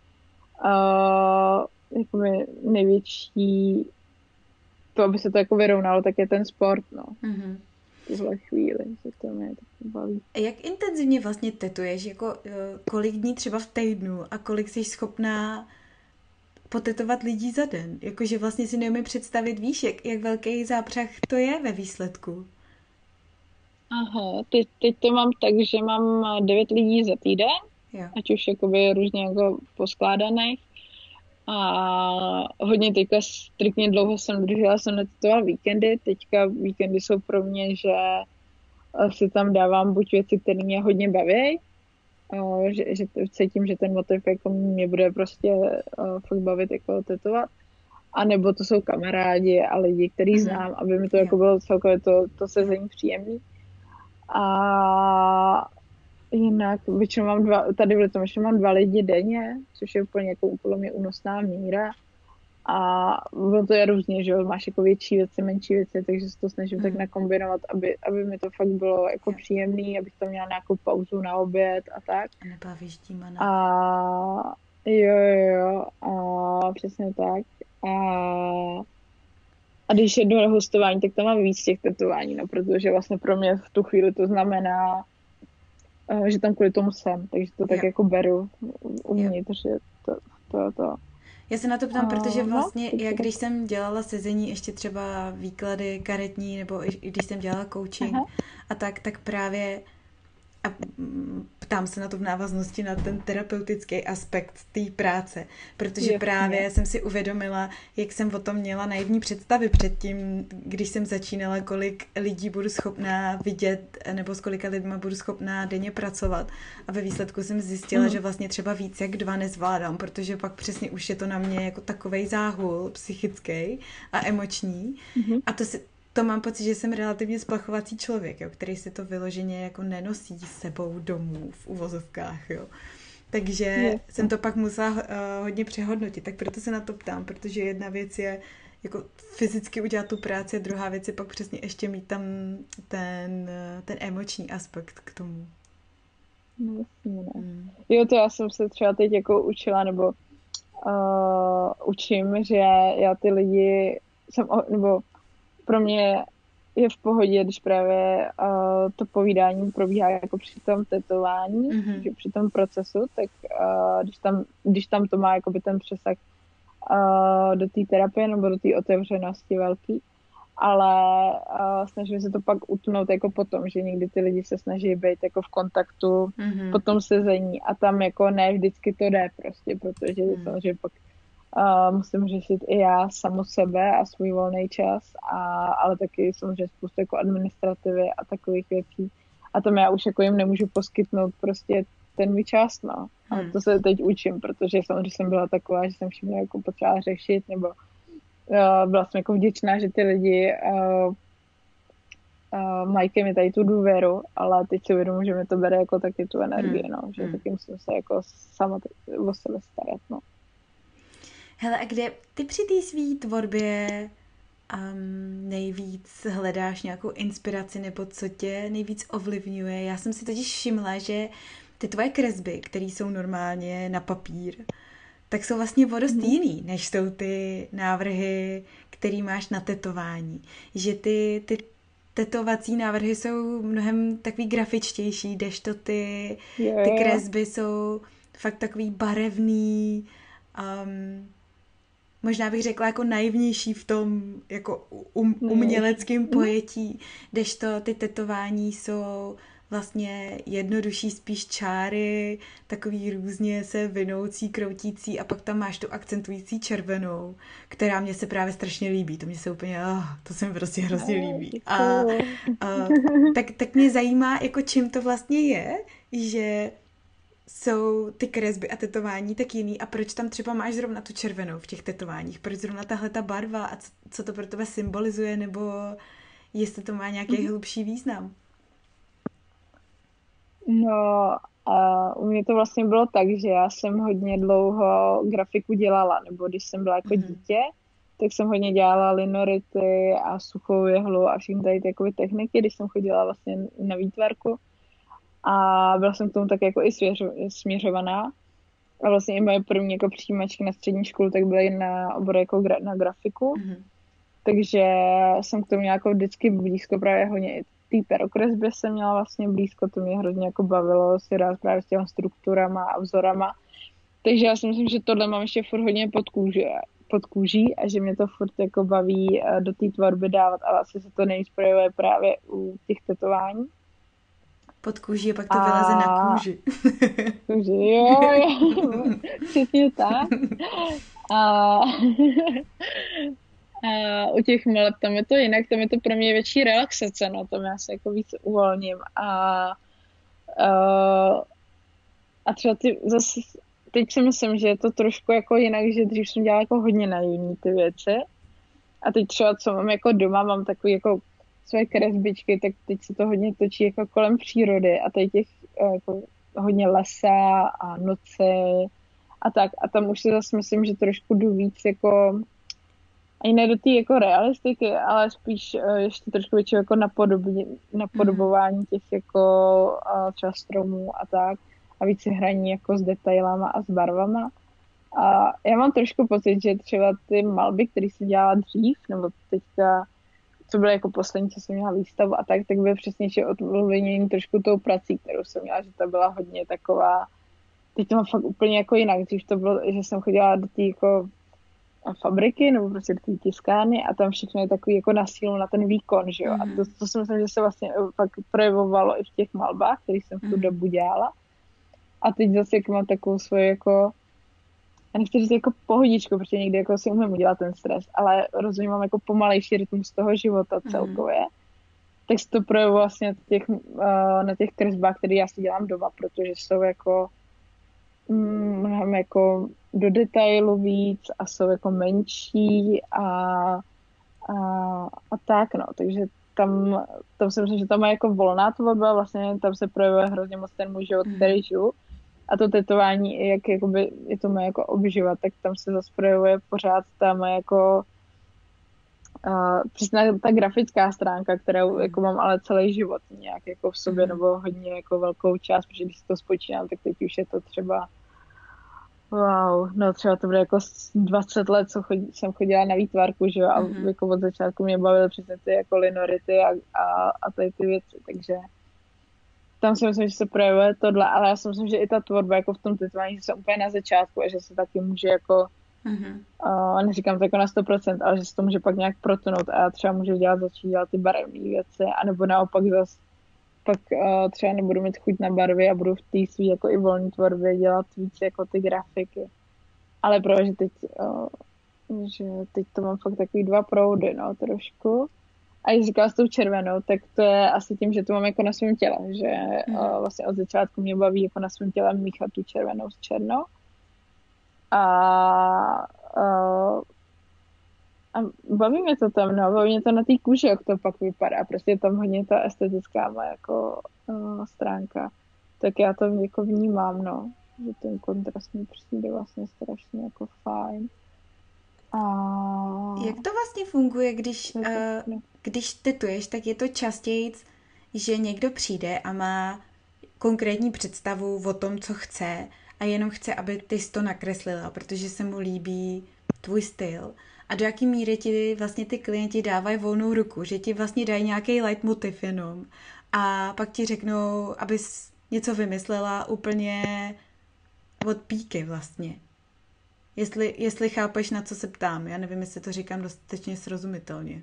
uh, jakoby největší to, aby se to jako vyrovnalo, tak je ten sport, no. Mm-hmm. V tuhle chvíli, že to mě tak baví. Jak intenzivně vlastně tetuješ? Jako, kolik dní třeba v týdnu a kolik jsi schopná potetovat lidí za den? Jakože vlastně si neumím představit, víš, jak, jak velký zápřah to je ve výsledku? Aha, teď, teď to mám tak, že mám devět lidí za týden, jo. Ať už jakoby různě jako poskládaných. A hodně teďka striktně dlouho jsem držela, jsem netetovala víkendy. Teďka víkendy jsou pro mě, že si tam dávám buď věci, které mě hodně baví, že, že cítím, že ten motiv jako mě bude prostě fakt bavit jako tetovat. A nebo to jsou kamarádi a lidi, který znám, aby mi to jako bylo celkově to, to sezení příjemný. A jinak většinou mám dva, tady v Litomyšli mám dva lidi denně, což je úplně jako úplně únosná míra. A ono to je různě, že jo, máš jako větší věci, menší věci, takže se to snažím mm. tak nakombinovat, aby, aby mi to fakt bylo jako příjemný, abych tam měla nějakou pauzu na oběd a tak. A nebavíš tím, ano. A jo, jo, jo, a přesně tak. A, a když jdu na hostování, tak tam mám víc těch tetování, no, protože vlastně pro mě v tu chvíli to znamená, že tam kvůli tomu jsem, takže to tak jo. jako beru uvnitř, že to, to, to. Já se na to ptám, protože vlastně, jak když jsem dělala sezení, ještě třeba výklady karetní, nebo i když jsem dělala coaching Aha. a tak, tak právě a ptám se na to v návaznosti na ten terapeutický aspekt té práce, protože Jasně. právě jsem si uvědomila, jak jsem o tom měla naivní představy předtím, když jsem začínala, kolik lidí budu schopná vidět, nebo s kolika lidma budu schopná denně pracovat. A ve výsledku jsem zjistila, mm. že vlastně třeba víc jak dva nezvládám, protože pak přesně už je to na mě jako takovej záhul psychický a emoční. Mm-hmm. A to si To mám pocit, že jsem relativně splachovací člověk, jo, který si to vyloženě jako nenosí s sebou domů v uvozovkách, jo. Takže je. jsem to pak musela uh, hodně přehodnotit, tak proto se na to ptám, protože jedna věc je jako fyzicky udělat tu práci, a druhá věc je pak přesně ještě mít tam ten, ten emoční aspekt k tomu. No, vlastně ne. Hmm. Jo, to já jsem se třeba teď jako učila, nebo uh, učím, že já ty lidi jsem, nebo pro mě je v pohodě, když právě uh, to povídání probíhá jako při tom tetování, Mm-hmm. že při tom procesu, tak uh, když, tam, když tam to má jakoby ten přesah uh, do té terapie nebo do té otevřenosti velký, ale uh, snažíme se to pak utnout jako potom, že někdy ty lidi se snaží být jako v kontaktu Mm-hmm. po tom sezení a tam jako ne vždycky to jde prostě, protože mm. samozřejmě pak uh, musím řešit i já samu sebe a svůj volný čas, a, ale taky samozřejmě spoustu jako administrativy a takových věcí. A tam já už jako jim nemůžu poskytnout prostě ten můj čas, no. A Hmm. to se teď učím, protože samozřejmě jsem byla taková, že jsem všechno jako potřeba řešit, nebo uh, byla jsem jako vděčná, že ty lidi uh, uh, mají ke mi tady tu důvěru, ale teď si uvědomuji, že mi to bere jako taky tu energii, Hmm. no. Že Hmm. taky musím se jako sama t- o sebe starat, no. Hele, a kde ty při té svý tvorbě um, nejvíc hledáš nějakou inspiraci, nebo co tě nejvíc ovlivňuje? Já jsem si totiž všimla, že ty tvoje kresby, které jsou normálně na papír, tak jsou vlastně o dost jiný, než jsou ty návrhy, který máš na tetování. Že ty, ty tetovací návrhy jsou mnohem takový grafičtější, kdežto ty, Jo, ty jo. kresby jsou fakt takový barevný, um, možná bych řekla jako naivnější v tom jako um, uměleckém pojetí, kdežto ty tetování jsou vlastně jednodušší, spíš čáry, takový různě se vinoucí, kroutící, a pak tam máš tu akcentující červenou, která mě se právě strašně líbí. To mě se úplně, oh, to se mi prostě hrozně líbí. A, a tak, tak mě zajímá, jako čím to vlastně je, že jsou ty kresby a tetování tak jiný, a proč tam třeba máš zrovna tu červenou v těch tetováních, proč zrovna tahle ta barva a co, co to pro tebe symbolizuje, nebo jestli to má nějaký hlubší význam. No, a u mě to vlastně bylo tak, že já jsem hodně dlouho grafiku dělala, nebo když jsem byla jako Mhm. dítě, tak jsem hodně dělala linority a suchou jehlu a všechny tady ty jakoby techniky, když jsem chodila vlastně na výtvarku. A byla jsem k tomu tak jako i svěřo, směřovaná. A vlastně i moje první jako přijímačky na střední školu tak byly na obor jako gra, na grafiku. Mhm. Takže jsem k tomu měla jako vždycky blízko, právě hodně i té perokresbě jsem měla vlastně blízko, to mě hrozně jako bavilo si rád právě s těma strukturama a vzorama. Takže já si myslím, že tohle mám ještě furt hodně pod kůži, pod kůží a že mě to furt jako baví do té tvorby dávat, ale asi se to nejvíc projevuje právě u těch tetování. Pod kůží a pak to A- vyleze na kůži. Takže jo, jo, přesně tak. A, a u těch maleb tam je to jinak, tam je to pro mě větší relaxace, no, tam já se jako víc uvolním a, a, a třeba ty zase, teď si myslím, že je to trošku jako jinak, že dřív jsem dělala jako hodně naivní ty věci a teď třeba co mám jako doma, mám takový jako své kresbičky, tak teď se to hodně točí jako kolem přírody a tady těch jako hodně lesa a noci a tak. A tam už si zase myslím, že trošku jdu víc jako ani ne do té jako realistiky, ale spíš uh, ještě trošku větší jako napodobí, napodobování těch jako uh, třeba stromů a tak a víc si hraní jako s detailama a s barvama. A já mám trošku pocit, že třeba ty malby, které jsem dělala dřív, nebo teďka co bylo jako poslední, co jsem měla výstavu a tak, tak byly přesnější odvolnění trošku tou prací, kterou jsem měla, že to byla hodně taková, teď to mám fakt úplně jako jinak, dřív to bylo, že jsem chodila do té jako fabriky nebo prostě do té tiskárny a tam všechno je takový jako na sílu na ten výkon, že jo, mm. a to, to si myslím, že se vlastně fakt projevovalo i v těch malbách, který jsem v tu dobu dělala a teď zase jak mám takovou svoji jako já nechci říct jako pohodičku, protože někdy jako si umím udělat ten stres, ale rozhodně mám jako pomalejší rytmus toho života celkově. Mm. Tak se to projevuje vlastně na těch, uh, na těch kresbách, které já si dělám doma, protože jsou jako mnohem jako do detailu víc a jsou jako menší a, a, a tak no, takže tam, tam si myslím, že tam je jako volná tvorba, vlastně tam se projevuje hrozně moc ten můj život, mm. který žiju. A to tetování, jak jakoby, je to moje jako obživa, tak tam se zase projevuje pořád ta moje jako uh, přesně ta grafická stránka, kterou jako mám ale celý život nějak jako v sobě, nebo hodně jako velkou část, protože když to spočínám, tak teď už je to třeba Wow, no třeba to bude jako s dvacet let, co chodí, jsem chodila na výtvarku, že jo, a Mhm. jako od začátku mě bavily přesně ty jako linority a, a, a tady ty věci, takže tam si myslím, že se projevuje tohle, ale já si myslím, že i ta tvorba jako v tom tetování, že jsem úplně na začátku a že se taky může jako, Mhm. uh, neříkám to jako na sto procent, ale že se to může pak nějak protonout a já třeba můžu dělat, začít dělat ty barevné věci, anebo naopak zase pak uh, třeba nebudu mít chuť na barvy a budu v té svý jako i volné tvorbě dělat víc jako ty grafiky. Ale právě, že teď, uh, že teď to mám fakt takový dva proudy, no, trošku. A jak říkala s tou červenou, tak to je asi tím, že to mám jako na svém těle, že uh, Mhm. vlastně od začátku mě baví jako na svém těle míchat tu červenou s černou. A, uh, a baví mě to tam, no, baví mě to na té kůži, jak to pak vypadá. Prostě je tam hodně ta estetická moje jako uh, stránka. Tak já to jako vnímám, no, že ten kontrast mi přijde vlastně strašně jako fajn. A Jak to vlastně funguje, když, to je to, uh, no. když tetuješ, tak je to častěji, že někdo přijde a má konkrétní představu o tom, co chce a jenom chce, aby ty jsi to nakreslila, protože se mu líbí tvůj styl. A do jaký míry ti vlastně ty klienti dávají volnou ruku, že ti vlastně dají nějaký leitmotiv jenom a pak ti řeknou, abys něco vymyslela úplně od píky vlastně. Jestli, jestli chápeš, na co se ptám. Já nevím, jestli to říkám dostatečně srozumitelně.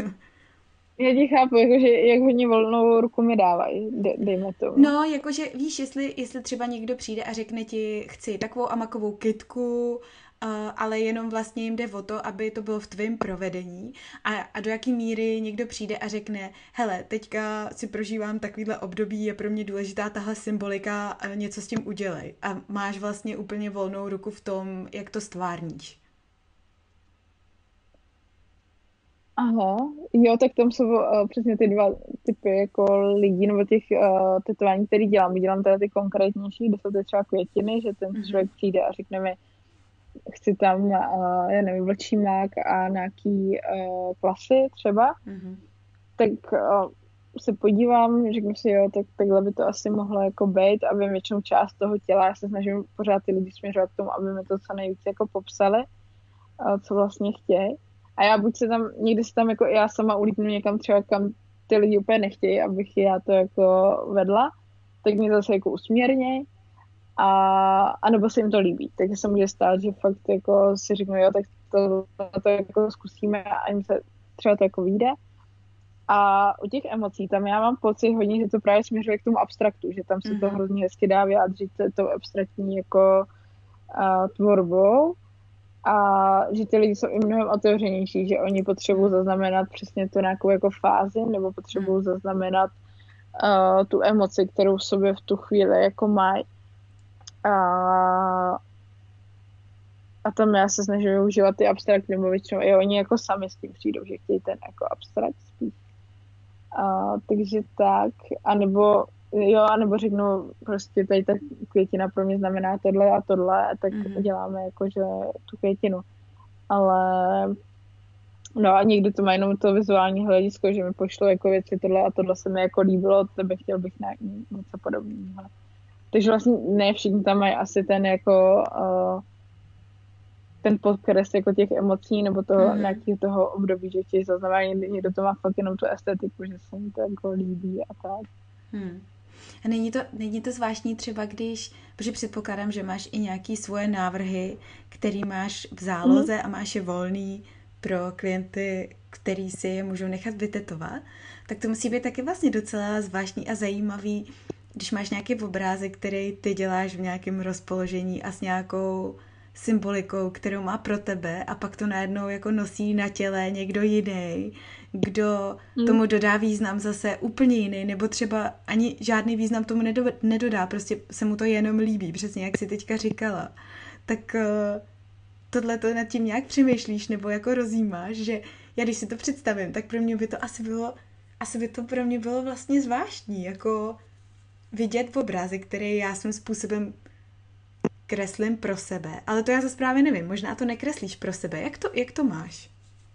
Já ti chápu, jakože jak hodně volnou ruku mi dávají, de, dejme tomu. No, jakože víš, jestli, jestli třeba někdo přijde a řekne ti, chci takovou amakovou kitku, uh, ale jenom vlastně jim jde o to, aby to bylo v tvém provedení a, a do jaký míry někdo přijde a řekne, hele, teďka si prožívám takovýhle období, je pro mě důležitá tahle symbolika, a něco s tím udělej. A máš vlastně úplně volnou ruku v tom, jak to stvárníš. Aha, jo, tak tam jsou uh, přesně ty dva typy jako lidí, nebo těch uh, tetování, které dělám. Dělám teda ty konkrétnější, kde jsou to třeba květiny, že ten Mhm. člověk přijde a řekne mi, chci tam, uh, já nevím, vlčí mák a nějaký uh, klasy třeba, Mhm. tak uh, se podívám, řeknu si, jo, tak takhle by to asi mohlo jako být a vím většinou část toho těla, já se snažím pořád ty lidi směřovat k tomu, aby mi to co nejvíc jako popsali, uh, co vlastně chtějí. A já buď se tam, někdy se tam jako já sama ulítnu někam třeba, kam ty lidi úplně nechtějí, abych já to jako vedla, tak mě zase jako usměrněj a, a nebo se jim to líbí. Takže se může stát, že fakt jako si řeknu, jo, tak to, to jako zkusíme a jim se třeba to jako vyjde. A u těch emocí, tam já mám pocit hodně, že to právě směřuje k tomu abstraktu, že tam se to Mhm. hrozně hezky dá vyjádřit tou abstraktní jako uh, tvorbou a že ty lidi jsou i mnohem otevřenější, že oni potřebují zaznamenat přesně tu nějakou jako fázi nebo Mhm. potřebují zaznamenat uh, tu emoci, kterou v sobě v tu chvíli jako mají. A, a tam já se snažím využívat ty abstrakt, nebo většinou i oni jako sami s tím přijdou, že chtějí ten jako abstrakt spíš. A, takže tak, anebo jo, anebo řeknu prostě tady ta květina pro mě znamená tohle a tohle, tak Mhm. děláme jakože tu květinu. Ale no a někdy to má jenom to vizuální hledisko, že mi pošlo jako věci tohle a tohle se mi jako líbilo, tebe chtěl bych na něco podobného. Takže vlastně ne všichni tam mají asi ten jako uh, ten podkres jako těch emocí nebo toho Mhm. nějakého toho období, že chtějí zaznamenat, někdy někdo to má fakt jenom tu estetiku, že se mi to jako líbí a tak. Hmm. A není to, není to zvláštní třeba, když, protože předpokládám, že máš i nějaký svoje návrhy, který máš v Mhm. záloze a máš je volný pro klienty, který si je můžou nechat vytetovat, tak to musí být taky vlastně docela zvláštní a zajímavý, když máš nějaký obrázek, který ty děláš v nějakém rozpoložení a s nějakou symbolikou, kterou má pro tebe a pak to najednou jako nosí na těle někdo jiný, kdo Mhm. tomu dodá význam zase úplně jiný, nebo třeba ani žádný význam tomu nedodá, prostě se mu to jenom líbí, přesně jak jsi teďka říkala. Tak uh, tohle to nad tím nějak přemýšlíš, nebo jako rozjímáš, že já když si to představím, tak pro mě by to asi bylo, asi by to pro mě bylo vlastně zvláštní, jako vidět obrázek, který já svým způsobem kreslím pro sebe, ale to já zase právě nevím, možná to nekreslíš pro sebe, jak to, jak to máš?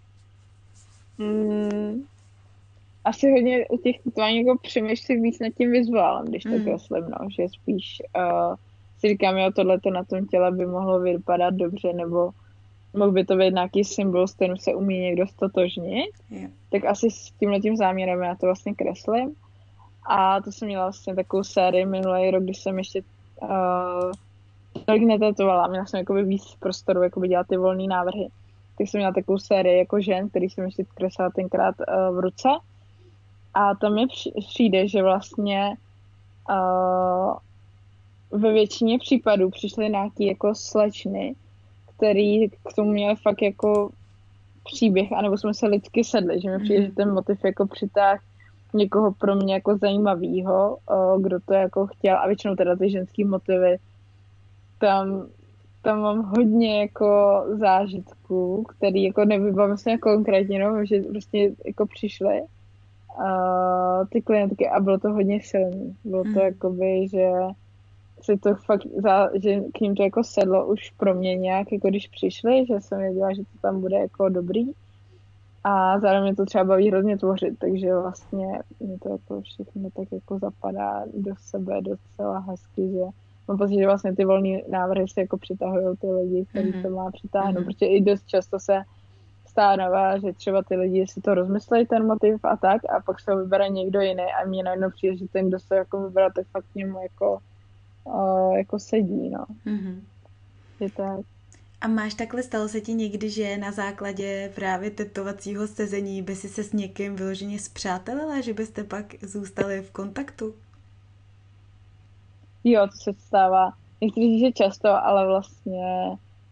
Mm, asi hodně u těch tetování jako přemýšlím víc nad tím vizuálem, když to Mm. kreslím, no, že spíš uh, si říkám, jo, tohleto na tom těle by mohlo vypadat dobře, nebo mohl by to být nějaký symbol, s kterým se umí někdo stotožnit, yeah. tak asi s tímhletím záměrem já to vlastně kreslím. A to jsem měla vlastně takovou sérii minulý rok, když jsem ještě uh, tolik netetovala, měla jsem jakoby víc prostoru jakoby dělat ty volné návrhy. Tak jsem měla takovou sérii jako žen, který jsem ještě kreslila tenkrát uh, v ruce. A tam mi přijde, že vlastně uh, ve většině případů přišly nějaký jako slečny, který k tomu měli fakt jako příběh, anebo jsme se lidsky sedli, že mi přijde, že ten motiv jako přitáhl někoho pro mě jako zajímavýho, kdo to jako chtěl, a většinou teda ty ženský motivy, tam, tam mám hodně jako zážitků, který jako nevybavím se konkrétně, no, že prostě jako přišly uh, ty klientky a bylo to hodně silný. Bylo to mm. jakoby, že si to fakt, že k ním to jako sedlo už pro mě nějak, jako když přišli, že jsem věděla, že to tam bude jako dobrý. A zároveň mě to třeba baví hrozně tvořit, takže vlastně mě to jako všechno tak jako zapadá do sebe docela hezky, že mám pocit, že vlastně ty volné návrhy se jako přitahují ty lidi, který mm-hmm. to má přitáhnout, mm-hmm. protože i dost často se stává, že třeba ty lidi si to rozmyslejí ten motiv a tak, a pak se ho vybere někdo jiný a mě najednou přijde, že ten, kdo se jako vybere, tak fakt k němu jako, uh, jako sedí, no. Mm-hmm. Je tak. A máš takhle, stalo se ti někdy, že na základě právě tetovacího sezení by si se s někým vyloženě spřátelila, že byste pak zůstali v kontaktu? Jo, to se stává. Někteří že často, ale vlastně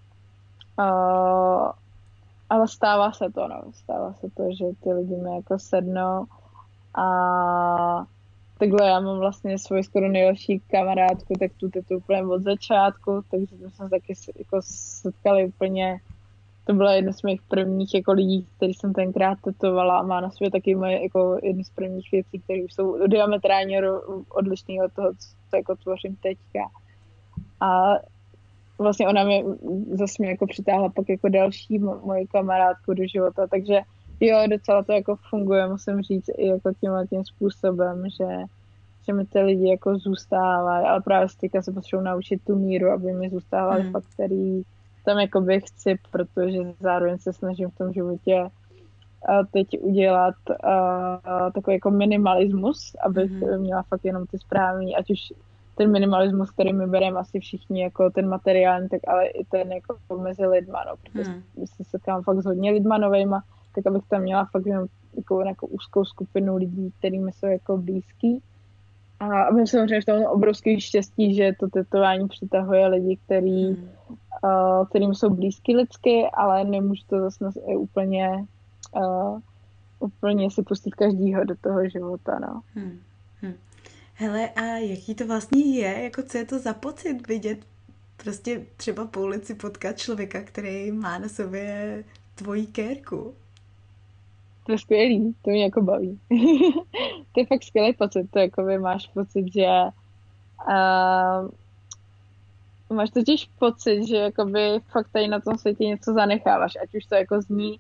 uh, ale stává se to, no. Stává se to, že ty lidi mi jako sednou a takhle já mám vlastně svoji skoro nejlepší kamarádku, tak tu tetu úplně od začátku, takže jsme se taky jako setkali úplně, to byla jedna z mých prvních jako lidí, který jsem tenkrát tetovala a má na sobě taky moje jako jedny z prvních věcí, které už jsou diametrálně odlišné od toho, co jako tvořím teďka. A vlastně ona mi zase mě jako přitáhla pak jako další moji kamarádku do života, takže jo, docela to jako funguje, musím říct, i jako tímhle tím způsobem, že, že mi ty lidi jako zůstávají, ale právě teďka se potřebuji naučit tu míru, aby mi zůstávali mm. fakt, který tam jakoby chci, protože zároveň se snažím v tom životě uh, teď udělat uh, takový jako minimalismus, abych mm. měla fakt jenom ty správný, ať už ten minimalismus, který my bereme asi všichni, jako ten materiální, tak ale i ten jako mezi lidma, no, protože mm. se setkám fakt s hodně lidma novejma, tak abych tam měla fakt jenom jako, jako úzkou skupinu lidí, kterými jsou jako blízký. A mám samozřejmě v tom obrovský štěstí, že to tetování přitahuje lidi, který, mm. uh, kterým jsou blízky lidsky, ale nemůžu to zase úplně, uh, úplně si pustit každýho do toho života, no. Hmm. Hmm. Hele, a jaký to vlastně je? Jako co je to za pocit vidět prostě třeba po ulici potkat člověka, který má na sobě tvojí kérku? To je skvělý, to mě jako baví. To je fakt skvělý pocit, to jako by máš pocit, že uh, máš totiž pocit, že jakoby fakt tady na tom světě něco zanecháváš, ať už to jako zní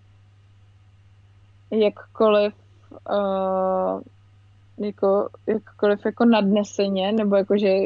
jakkoliv uh, jako, jakkoliv jako nadneseně, nebo jako, že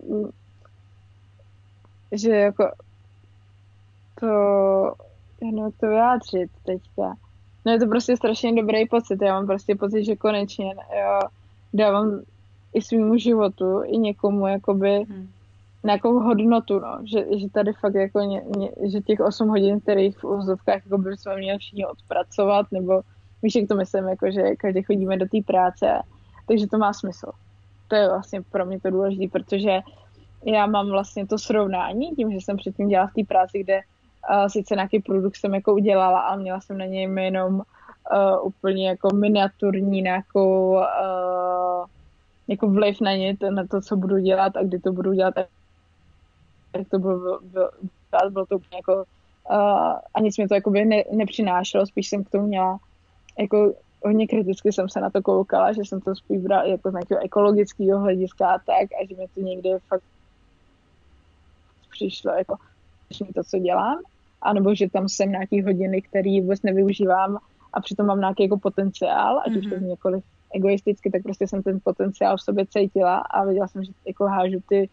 že jako to, já nevím, jak to vyjádřit teďka. No je to prostě strašně dobrý pocit, já mám prostě pocit, že konečně jo, dávám i svýmu životu, i někomu jakoby hmm. nějakou hodnotu, no, že, že tady fakt jako ně, ně, že těch osm hodin, kterých v úzovkách jako by jsme měli všichni odpracovat, nebo víš, jak to myslím, jako, že každý chodíme do té práce, takže to má smysl. To je vlastně pro mě to důležité, protože já mám vlastně to srovnání tím, že jsem předtím dělala v té práci, kde Uh, sice nějaký produkt jsem jako udělala a měla jsem na něm jenom uh, úplně jako miniaturní nějakou uh, jako vliv na ně, na to, co budu dělat a kdy to budu dělat, jak to bylo, bylo, bylo to úplně jako uh, a nic mi to jakoby ne, nepřinášelo, spíš jsem k tomu měla jako hodně kriticky jsem se na to koukala, že jsem to spíš brala jako z nějakého ekologického hlediska a tak a že mi to někdy fakt přišlo jako to, co dělám, anebo že tam jsem nějaký hodiny, který vůbec nevyužívám a přitom mám nějaký jako potenciál, ať mm-hmm. už to zní jakkoliv egoisticky, tak prostě jsem ten potenciál v sobě cítila a věděla jsem, že jako hážu ty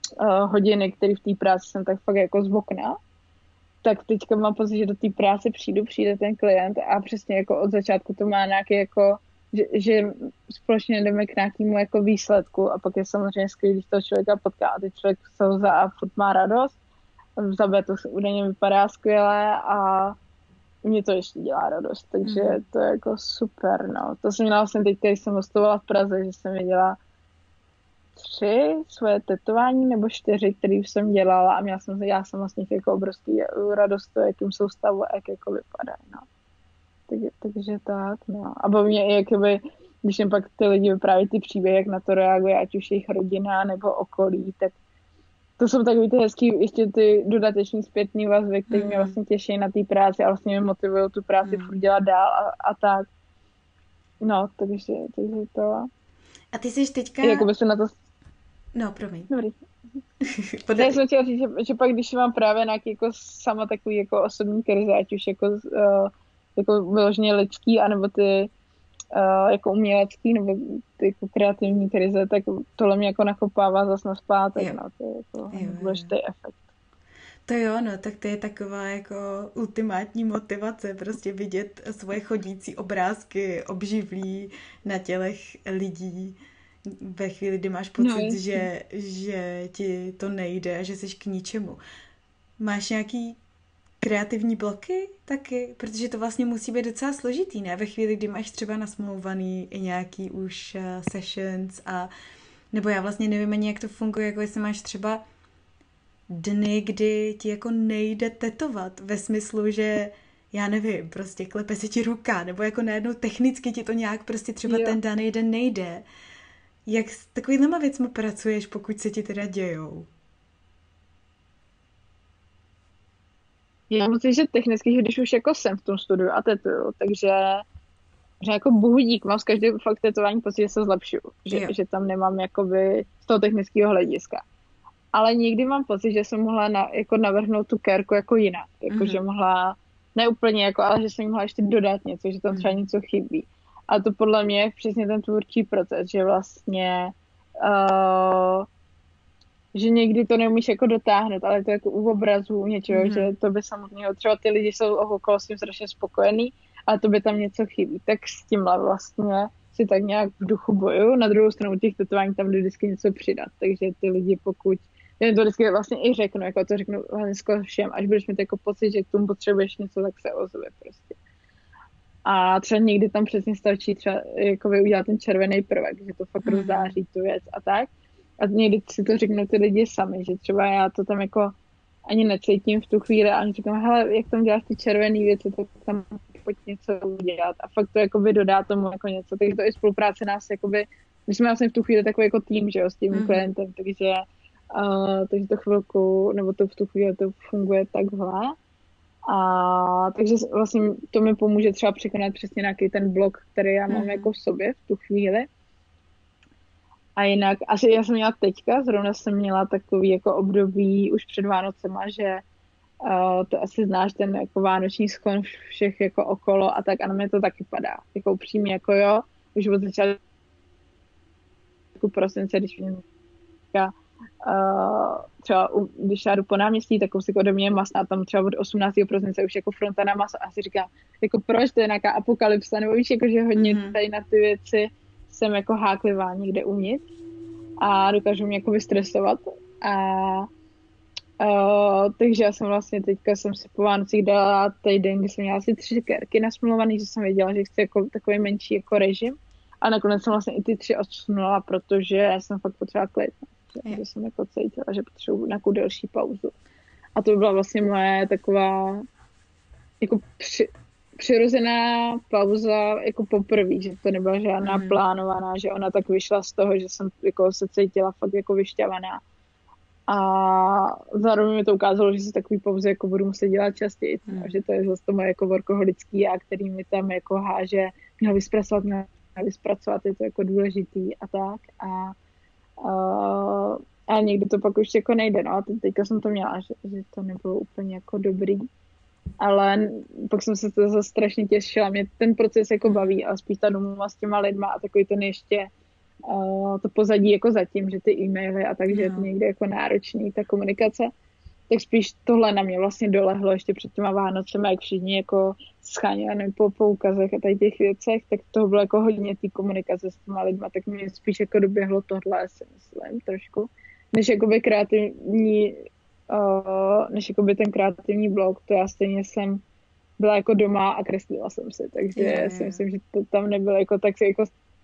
uh, hodiny, které v té práci jsem tak fakt jako z okna, tak teďka mám pocit, že do té práce přijdu, přijde ten klient a přesně jako od začátku to má nějaký jako, že, že společně jdeme k nějakému jako výsledku a pak je samozřejmě skvělý, když toho člověka potká a teď člověk se a furt má radost. Za B to údajně vypadá skvěle a mě to ještě dělá radost, takže mm. to je jako super, no. To jsem měla vlastně teď, když jsem hostovala v Praze, že jsem viděla tři svoje tetování nebo čtyři, které jsem dělala a měla jsem, já jsem vlastně jako obrovský radost to, jakým jsou stavu a jak jako vypadají, no. Tak, takže tak, no. A baví mě i jakoby, když jim pak ty lidi vyprávějí ty příběhy, jak na to reaguje, ať už jejich rodina nebo okolí, tak to jsou takový ty hezký, ještě ty dodateční zpětný vazby, který mm. mě vlastně těší na té práci a vlastně mě motivují tu práci mm. furt dělat dál a, a tak. No, takže, takže to. A ty jsi teďka... Jakoby se na to... No, promiň. Dobrý. Já jsem chtěla říct, že, že pak, když mám právě nějaký jako sama takový jako osobní krize, ať už jako, uh, jako vyloženě lidský, anebo ty uh, jako umělecký, nebo ty jako kreativní krize, tak tohle mě jako nakopává zas na zpátek, no, to je jako důležitý efekt. To jo, no, tak to je taková jako ultimátní motivace, prostě vidět svoje chodící obrázky obživlí na tělech lidí ve chvíli, kdy máš pocit, no, že, že ti to nejde a že jsi k ničemu. Máš nějaký kreativní bloky taky? Protože to vlastně musí být docela složitý, ne? Ve chvíli, kdy máš třeba nasmlouvaný nějaký už uh, sessions a nebo já vlastně nevím ani, jak to funguje, jako jestli máš třeba dny, kdy ti jako nejde tetovat ve smyslu, že já nevím, prostě klepe se ti ruka, nebo jako najednou technicky ti to nějak prostě třeba jo. ten daný den nejde. Jak s takovýhlema věcmi pracuješ, pokud se ti teda dějou? Já musím, že technicky, že když už jako jsem v tom studiu a tetuju, takže že jako bohu dík, mám z každého fakt tetování pocit, že se zlepšuju, že, že tam nemám jakoby z toho technického hlediska. Ale někdy mám pocit, že jsem mohla na, jako navrhnout tu kérku jako jinak, jako mm-hmm. že mohla, ne úplně jako, ale že jsem mohla ještě dodat něco, že tam třeba mm-hmm. něco chybí. A to podle mě je přesně ten tvůrčí proces, že vlastně uh, že někdy to neumíš jako dotáhnout, ale to jako u obrazů něčeho, mm-hmm. že to by samotného, třeba ty lidi jsou okolo s tím strašně spokojení, ale to by tam něco chybí. Tak s tímhle vlastně si tak nějak v duchu boju. Na druhou stranu těch tetování tam jde vždycky něco přidat, takže ty lidi pokud, já to vždycky vlastně i řeknu, jako to řeknu hlavně všem, až budeš mít jako pocit, že k tomu potřebuješ něco, tak se ozve prostě. A třeba někdy tam přesně stačí třeba jako udělat ten červený prvek, že to fakt mm. rozzáří tu věc a tak. A někdy si to řeknou ty lidi sami, že třeba já to tam jako ani necítím v tu chvíli a oni říkám, hele, jak tam děláš ty červený věci, tak tam pojď něco udělat. A fakt to jakoby dodá tomu jako něco. Takže to i spolupráce nás jakoby, my jsme vlastně v tu chvíli takový jako tým, že jo, s tím mm. klientem, takže, uh, takže to chvilku, nebo to v tu chvíli to funguje takhle. A takže vlastně to mi pomůže třeba překonat přesně nějaký ten blok, který já mám mm. jako v sobě v tu chvíli. A jinak, asi já jsem měla teďka, zrovna jsem měla takový jako období už před Vánocema, že uh, to asi znáš, ten jako vánoční sklon všech jako okolo a tak a na mě to taky padá. Jako upřímně, jako jo, už od začátku prosince, když mě říká, uh, třeba když já jdu po náměstí, tak kousek ode mě je masa a tam třeba od osmnáctého prosince už jako fronta na maso a si říká, jako proč, to je nějaká apokalypsa, nebo víš, jako že hodně mm-hmm. tady na ty věci jsem jako háklivá někde uvnitř a dokážu mě jako vystresovat a uh, takže já jsem vlastně teďka jsem si po Vánocích dala týden, kdy jsem měla asi tři kérky nasmluvaný, že jsem věděla, že chci jako takový menší jako režim a nakonec jsem vlastně i ty tři odsunula, protože já jsem fakt potřebovala klid, že, že jsem jako cítila, že potřebuji nějakou delší pauzu a to by byla vlastně moje taková jako při přirozená pauza jako poprvé, že to nebyla žádná mm. plánovaná, že ona tak vyšla z toho, že jsem jako se cítila fakt jako vyšťavená. A zároveň mi to ukázalo, že si takový pauzy jako budu muset dělat častěji, mm. že to je zase to moje jako workoholický já, který mi tam jako háže, měl vyspracovat, měl vyspracovat, je to jako důležitý a tak. A, a, a někdy to pak už jako nejde, no a teďka jsem to měla, že, že to nebylo úplně jako dobrý. Ale pak jsem se to zase strašně těšila. Mě ten proces jako baví, ale spíš ta domluva s těma lidma a takový ten ještě uh, to pozadí jako zatím, že ty e-maily a takže je to No. někde jako náročný, ta komunikace, tak spíš tohle na mě vlastně dolehlo ještě před těma Vánocema, jak všichni jako scháněli po poukazech a tady těch věcech, tak toho bylo jako hodně té komunikace s těma lidma, tak mě spíš jako doběhlo tohle, si myslím, trošku, než jakoby kreativní, uh, než jakoby ten kreativní blog, to já stejně jsem byla jako doma a kreslila jsem si, takže Jo, jo. si myslím, že to tam nebylo jako tak jako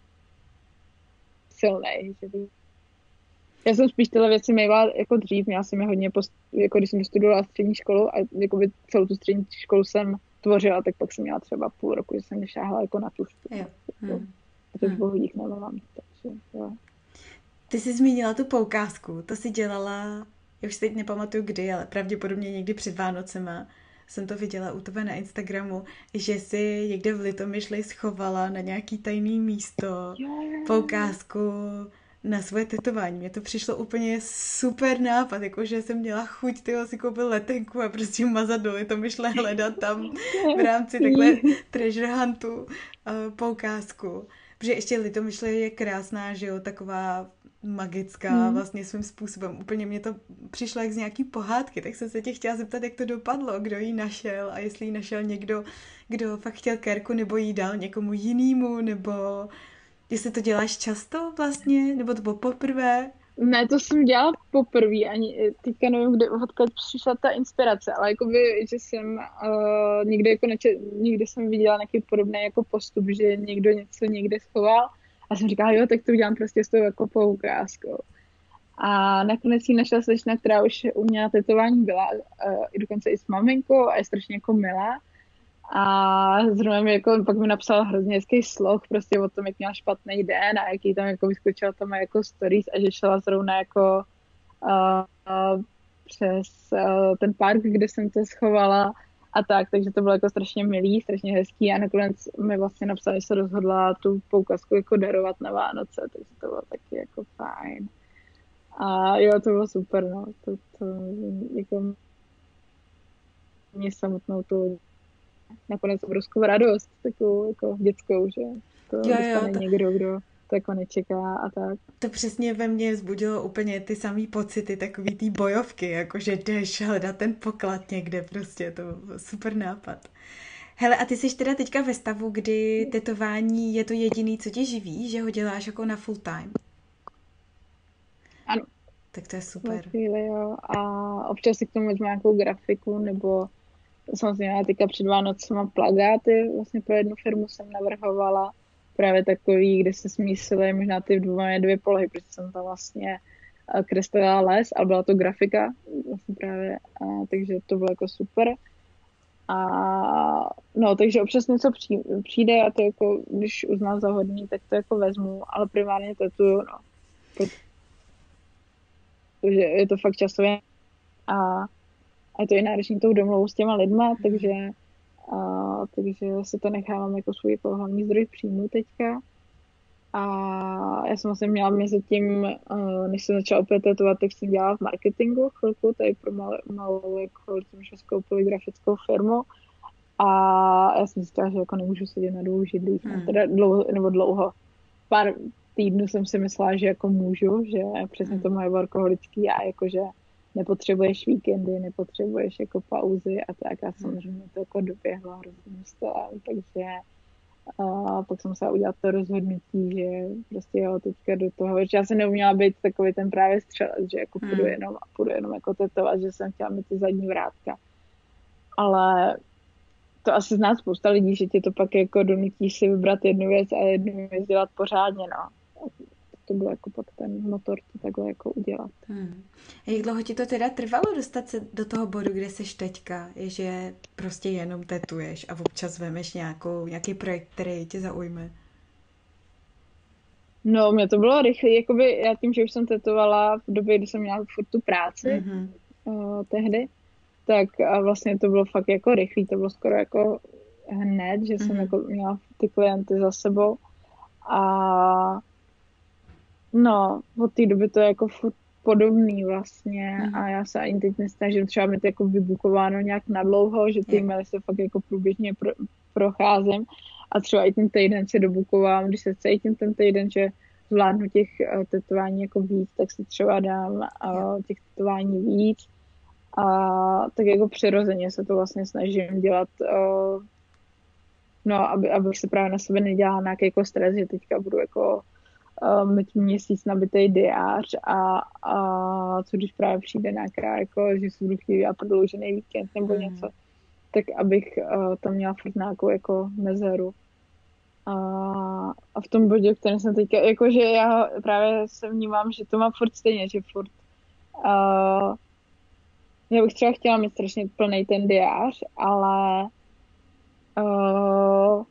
silnej, že by... Já jsem spíš tyhle věci měla jako dřív, měla jsem je hodně, post, jako když jsem studovala střední školu a jakoby celou tu střední školu jsem tvořila, tak pak jsem měla třeba půl roku, že jsem nešáhla jako na tušku. Jo. Hmm. A to už Hmm. bohu dík nemám, takže jo. Ty jsi zmínila tu poukázku, to si dělala, já už si teď nepamatuju kdy, ale pravděpodobně někdy před Vánocema jsem to viděla u tebe na Instagramu, že si někde v Litomyšli schovala na nějaký tajný místo poukázku na svoje tetování. Mně to přišlo úplně super nápad, jakože jsem měla chuť tyho si koupil letenku a prostě mazat do Litomyšle, hledat tam v rámci takhle treasure huntu uh, poukázku. Protože ještě Litomyšle je krásná, že jo, taková magická Hmm. vlastně svým způsobem. Úplně mě to přišlo jak z nějaký pohádky, tak jsem se tě chtěla zeptat, jak to dopadlo, kdo ji našel a jestli ji našel někdo, kdo fakt chtěl kérku, nebo ji dal někomu jinému, nebo jestli to děláš často vlastně, nebo to bylo poprvé. Ne, to jsem dělala poprvé, ani teďka nevím, kde, odkud přišla ta inspirace, ale jakoby, že jsem uh, někde, jako neče, někde jsem viděla nějaký podobný jako postup, že někdo něco někde schoval a jsem říkala, jo, tak to udělám prostě s tou jako poukázkou. A nakonec ji našla slečna, která už u mě na tetování byla, uh, i dokonce i s maminkou a je strašně jako milá. A zrovna mi jako, pak mi napsal hrozně hezký sloh prostě o tom, jak měla špatný den a jaký tam jako vyskočila tam jako stories a že šla zrovna jako uh, uh, přes uh, ten park, kde jsem to schovala a tak, takže to bylo jako strašně milý, strašně hezký a nakonec mi vlastně napsala, že se rozhodla tu poukazku jako darovat na Vánoce, takže to bylo taky jako fajn. A jo, to bylo super, no, to, to jako mě samotnou to nakonec obrovskou radost, takovou jako dětskou, že to Jo, jo, dostane to- někdo, kdo to jako nečeká a tak. To přesně ve mně vzbudilo úplně ty samý pocity, takový ty bojovky, jakože jdeš hledat ten poklad někde prostě, to byl super nápad. Hele, a ty jsi teda teďka ve stavu, kdy tetování je to jediný, co tě živí, že ho děláš jako na full time? Ano. Tak to je Na super. chvíli, jo. A občas si k tomu vezmu nějakou grafiku, nebo samozřejmě já teďka před Vánocema plagáty, vlastně pro jednu firmu jsem navrhovala, právě takový, kde se smísily možná ty dvě, dvě polohy, protože jsem tam vlastně eh, kreslila les, ale byla to grafika, vlastně právě, a, takže to bylo jako super. A no, takže občas něco při, přijde a to jako, když uznám za hodný, tak to jako vezmu, ale primárně tetuju, no. Protože je to fakt časově a, a je to i náročný tou domluvou s těma lidma, takže, a, takže si to nechávám jako svůj jako hlavní zdroj příjmu teďka. A já jsem vlastně měla mezi tím, než jsem začala opět tetovat, tak jsem dělala v marketingu chvilku, tady pro malou, malou jako českou poligrafickou firmu. A já jsem zjistila, že jako nemůžu sedět na dvou židlích, hmm. teda dlouho, nebo dlouho. Pár týdnů jsem si myslela, že jako můžu, že přesně to moje workoholický já, jakože nepotřebuješ víkendy, nepotřebuješ jako pauzy a tak. A samozřejmě to jako doběhlo hrozně stylem, takže a pak jsem musela udělat to rozhodnutí, že prostě jo, teďka do toho, že já jsem neuměla být takový ten právě střelec, že jako půjdu jenom a půjdu jenom jako tetovat, že jsem chtěla mít ty zadní vrátka. Ale to asi zná spousta lidí, že tě to pak jako donutí si vybrat jednu věc a jednu věc dělat pořádně, no. To byl jako pak ten motor to takhle jako udělat. Hmm. A jak dlouho ti to teda trvalo dostat se do toho bodu, kde jsi teďka? Je, že prostě jenom tetuješ a občas vemeš nějakou, nějaký projekt, který tě zaujme? No, mě to bylo rychle, jakoby já tím, že už jsem tetovala v době, kdy jsem měla furt tu práci Mm-hmm. uh, tehdy, tak a vlastně to bylo fakt jako rychlý, to bylo skoro jako hned, že mm-hmm. jsem jako měla ty klienty za sebou a no, od té doby to je jako furt podobný vlastně mm. a já se ani teď nesnažím třeba mít jako vybukováno nějak nadlouho, že ty e-maily se fakt jako průběžně pro, procházím a třeba i ten týden si dobukovám, když se cítím ten týden, že zvládnu těch uh, tetování jako víc, tak si třeba dám uh, těch tetování víc. A tak jako přirozeně se to vlastně snažím dělat, uh, no, aby, abych se právě na sebe nedělala nějaký jako stres, že teďka budu jako uh, mít měsíc nabitej diář a, a co když právě přijde nějaká, jako, že si budu chtít dělat prodloužený víkend nebo mm. něco, tak abych uh, tam měla furt nějakou jako mezeru. A, a v tom bodě, v kterém jsem teďka, jakože já právě se vnímám, že to mám furt stejně, že furt uh, já bych třeba chtěla mít strašně plný ten diář, ale uh,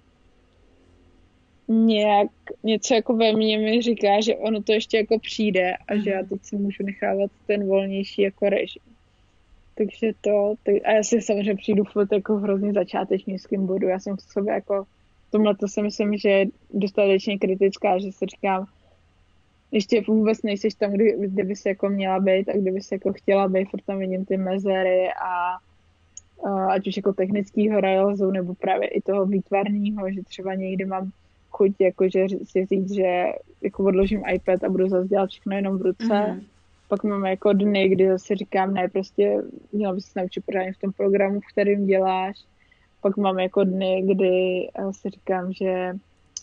nějak něco jako ve mně mi říká, že ono to ještě jako přijde a že já teď si můžu nechávat ten volnější jako režim. Takže to, tak, a já si samozřejmě přijdu furt jako v hrozně začátečnickým bodu. Já jsem v sobě jako, tomhle to si myslím, že je dostatečně kritická, že si říkám, ještě vůbec nejseš tam, kdy, kde bys jako měla být a kde bys jako chtěla být, furt tam vidím ty mezery a, a ať už jako technického railzu nebo právě i toho výtvarného, že třeba někdy mám chuť jakože si říct, že jako odložím iPad a budu zase dělat všechno jenom v ruce. Mm-hmm. Pak mám jako dny, kdy zase říkám, ne, prostě měla bys se naučit pořádně v tom programu, v kterém děláš. Pak mám jako dny, kdy si říkám, že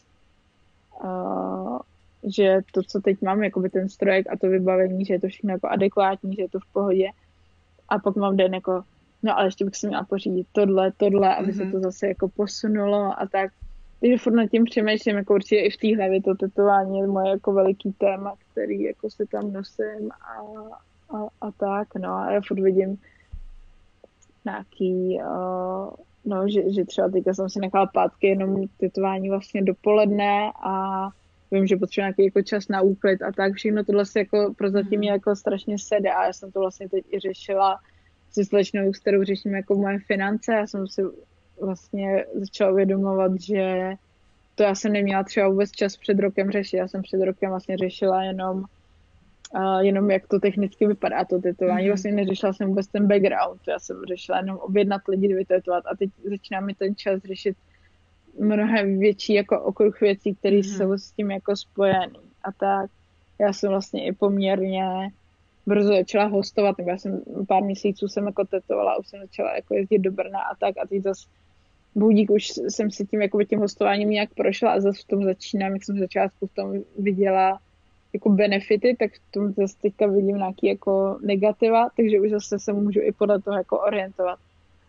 uh, že to, co teď mám, jakoby ten strojek a to vybavení, že je to všechno jako adekvátní, že je to v pohodě. A pak mám den jako, no ale ještě bych si měla pořídit tohle, tohle, aby mm-hmm. se to zase jako posunulo a tak. Takže furt nad tím přemýšlím, jako určitě i v té hlavě to tetování je moje jako veliký téma, který jako si tam nosím a, a, a tak, no a já furt vidím nějaký, uh, no, že, že třeba teďka jsem si nechala pátky jenom tetování vlastně dopoledne a vím, že potřebuji nějaký jako čas na úklid a tak, všechno tohle se jako prozatím mě jako strašně sede a já jsem to vlastně teď i řešila se slečnou, s kterou řeším jako moje finance. Já jsem si vlastně začala uvědomovat, že to já jsem neměla třeba vůbec čas před rokem řešit. Já jsem před rokem vlastně řešila jenom, uh, jenom jak to technicky vypadá to tetování. Mm-hmm. Vlastně neřešila jsem vůbec ten background. Já jsem řešila jenom objednat lidi vytetovat a teď začíná mi ten čas řešit mnohem větší jako okruh věcí, které mm-hmm. jsou s tím jako spojený. A tak já jsem vlastně i poměrně brzo začala hostovat, nebo já jsem pár měsíců jsem jako tetovala, už jsem začala jako jezdit do Brna a tak a teď zase budík už jsem si tím jako tím hostováním nějak prošla a zase v tom začínám, jak jsem v začátku v tom viděla jako benefity, tak v tom zase teďka vidím nějaký jako negativa, takže už zase se můžu i podle toho jako orientovat.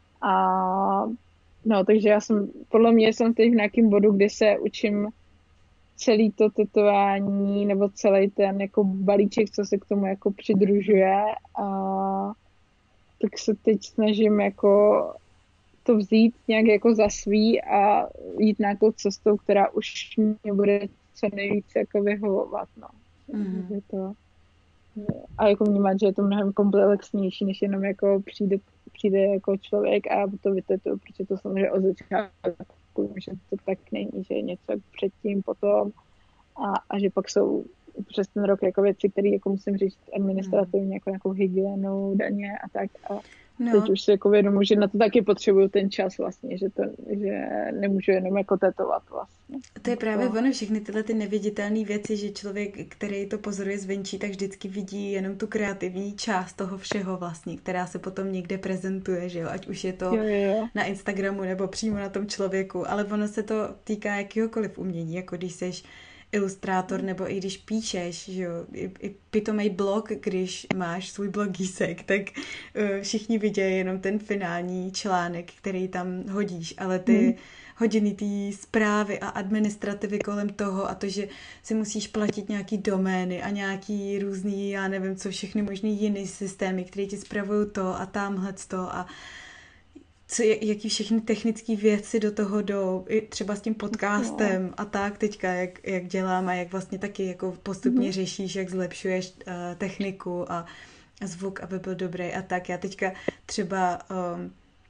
A no, takže já jsem, podle mě jsem teď v nějakém bodu, kdy se učím celý to tetování nebo celý ten jako balíček, co se k tomu jako přidružuje a tak se teď snažím jako to vzít nějak jako za svý a jít nějakou cestou, která už mě bude co nejvíc jako vyhovovat, no. Mm-hmm. To, a jako vnímat, že je to mnohem komplexnější, než jenom jako přijde, přijde jako člověk a to vytetuju, protože to samozřejmě od začátku, že to tak není, že je něco předtím, potom a, a že pak jsou přes ten rok jako věci, které jako musím řešit administrativně, jako nějakou hygienu, daně a tak a no. Teď už si jako vědomu, že na to taky potřebuju ten čas vlastně, že, to, že nemůžu jenom jako tetovat vlastně. To je právě to... ono, všechny tyhle ty neviditelné věci, že člověk, který to pozoruje zvenčí, tak vždycky vidí jenom tu kreativní část toho všeho vlastně, která se potom někde prezentuje, že jo, ať už je to jo, jo. na Instagramu nebo přímo na tom člověku, ale ono se to týká jakýhokoliv umění, jako když seš ilustrátor, nebo i když píšeš, že jo, i, i pitomej blog, když máš svůj blogísek, tak uh, všichni vidějí jenom ten finální článek, který tam hodíš, ale ty hmm. hodiny té zprávy a administrativy kolem toho a to, že si musíš platit nějaký domény a nějaký různý, já nevím co, všechny možný jiný systémy, které ti spravují to a tamhleto a co, jaký všechny technické věci do toho jdou, i třeba s tím podcastem no. a tak teďka, jak, jak dělám a jak vlastně taky jako postupně mm-hmm. řešíš, jak zlepšuješ uh, techniku a, a zvuk, aby byl dobrý a tak. Já teďka třeba um,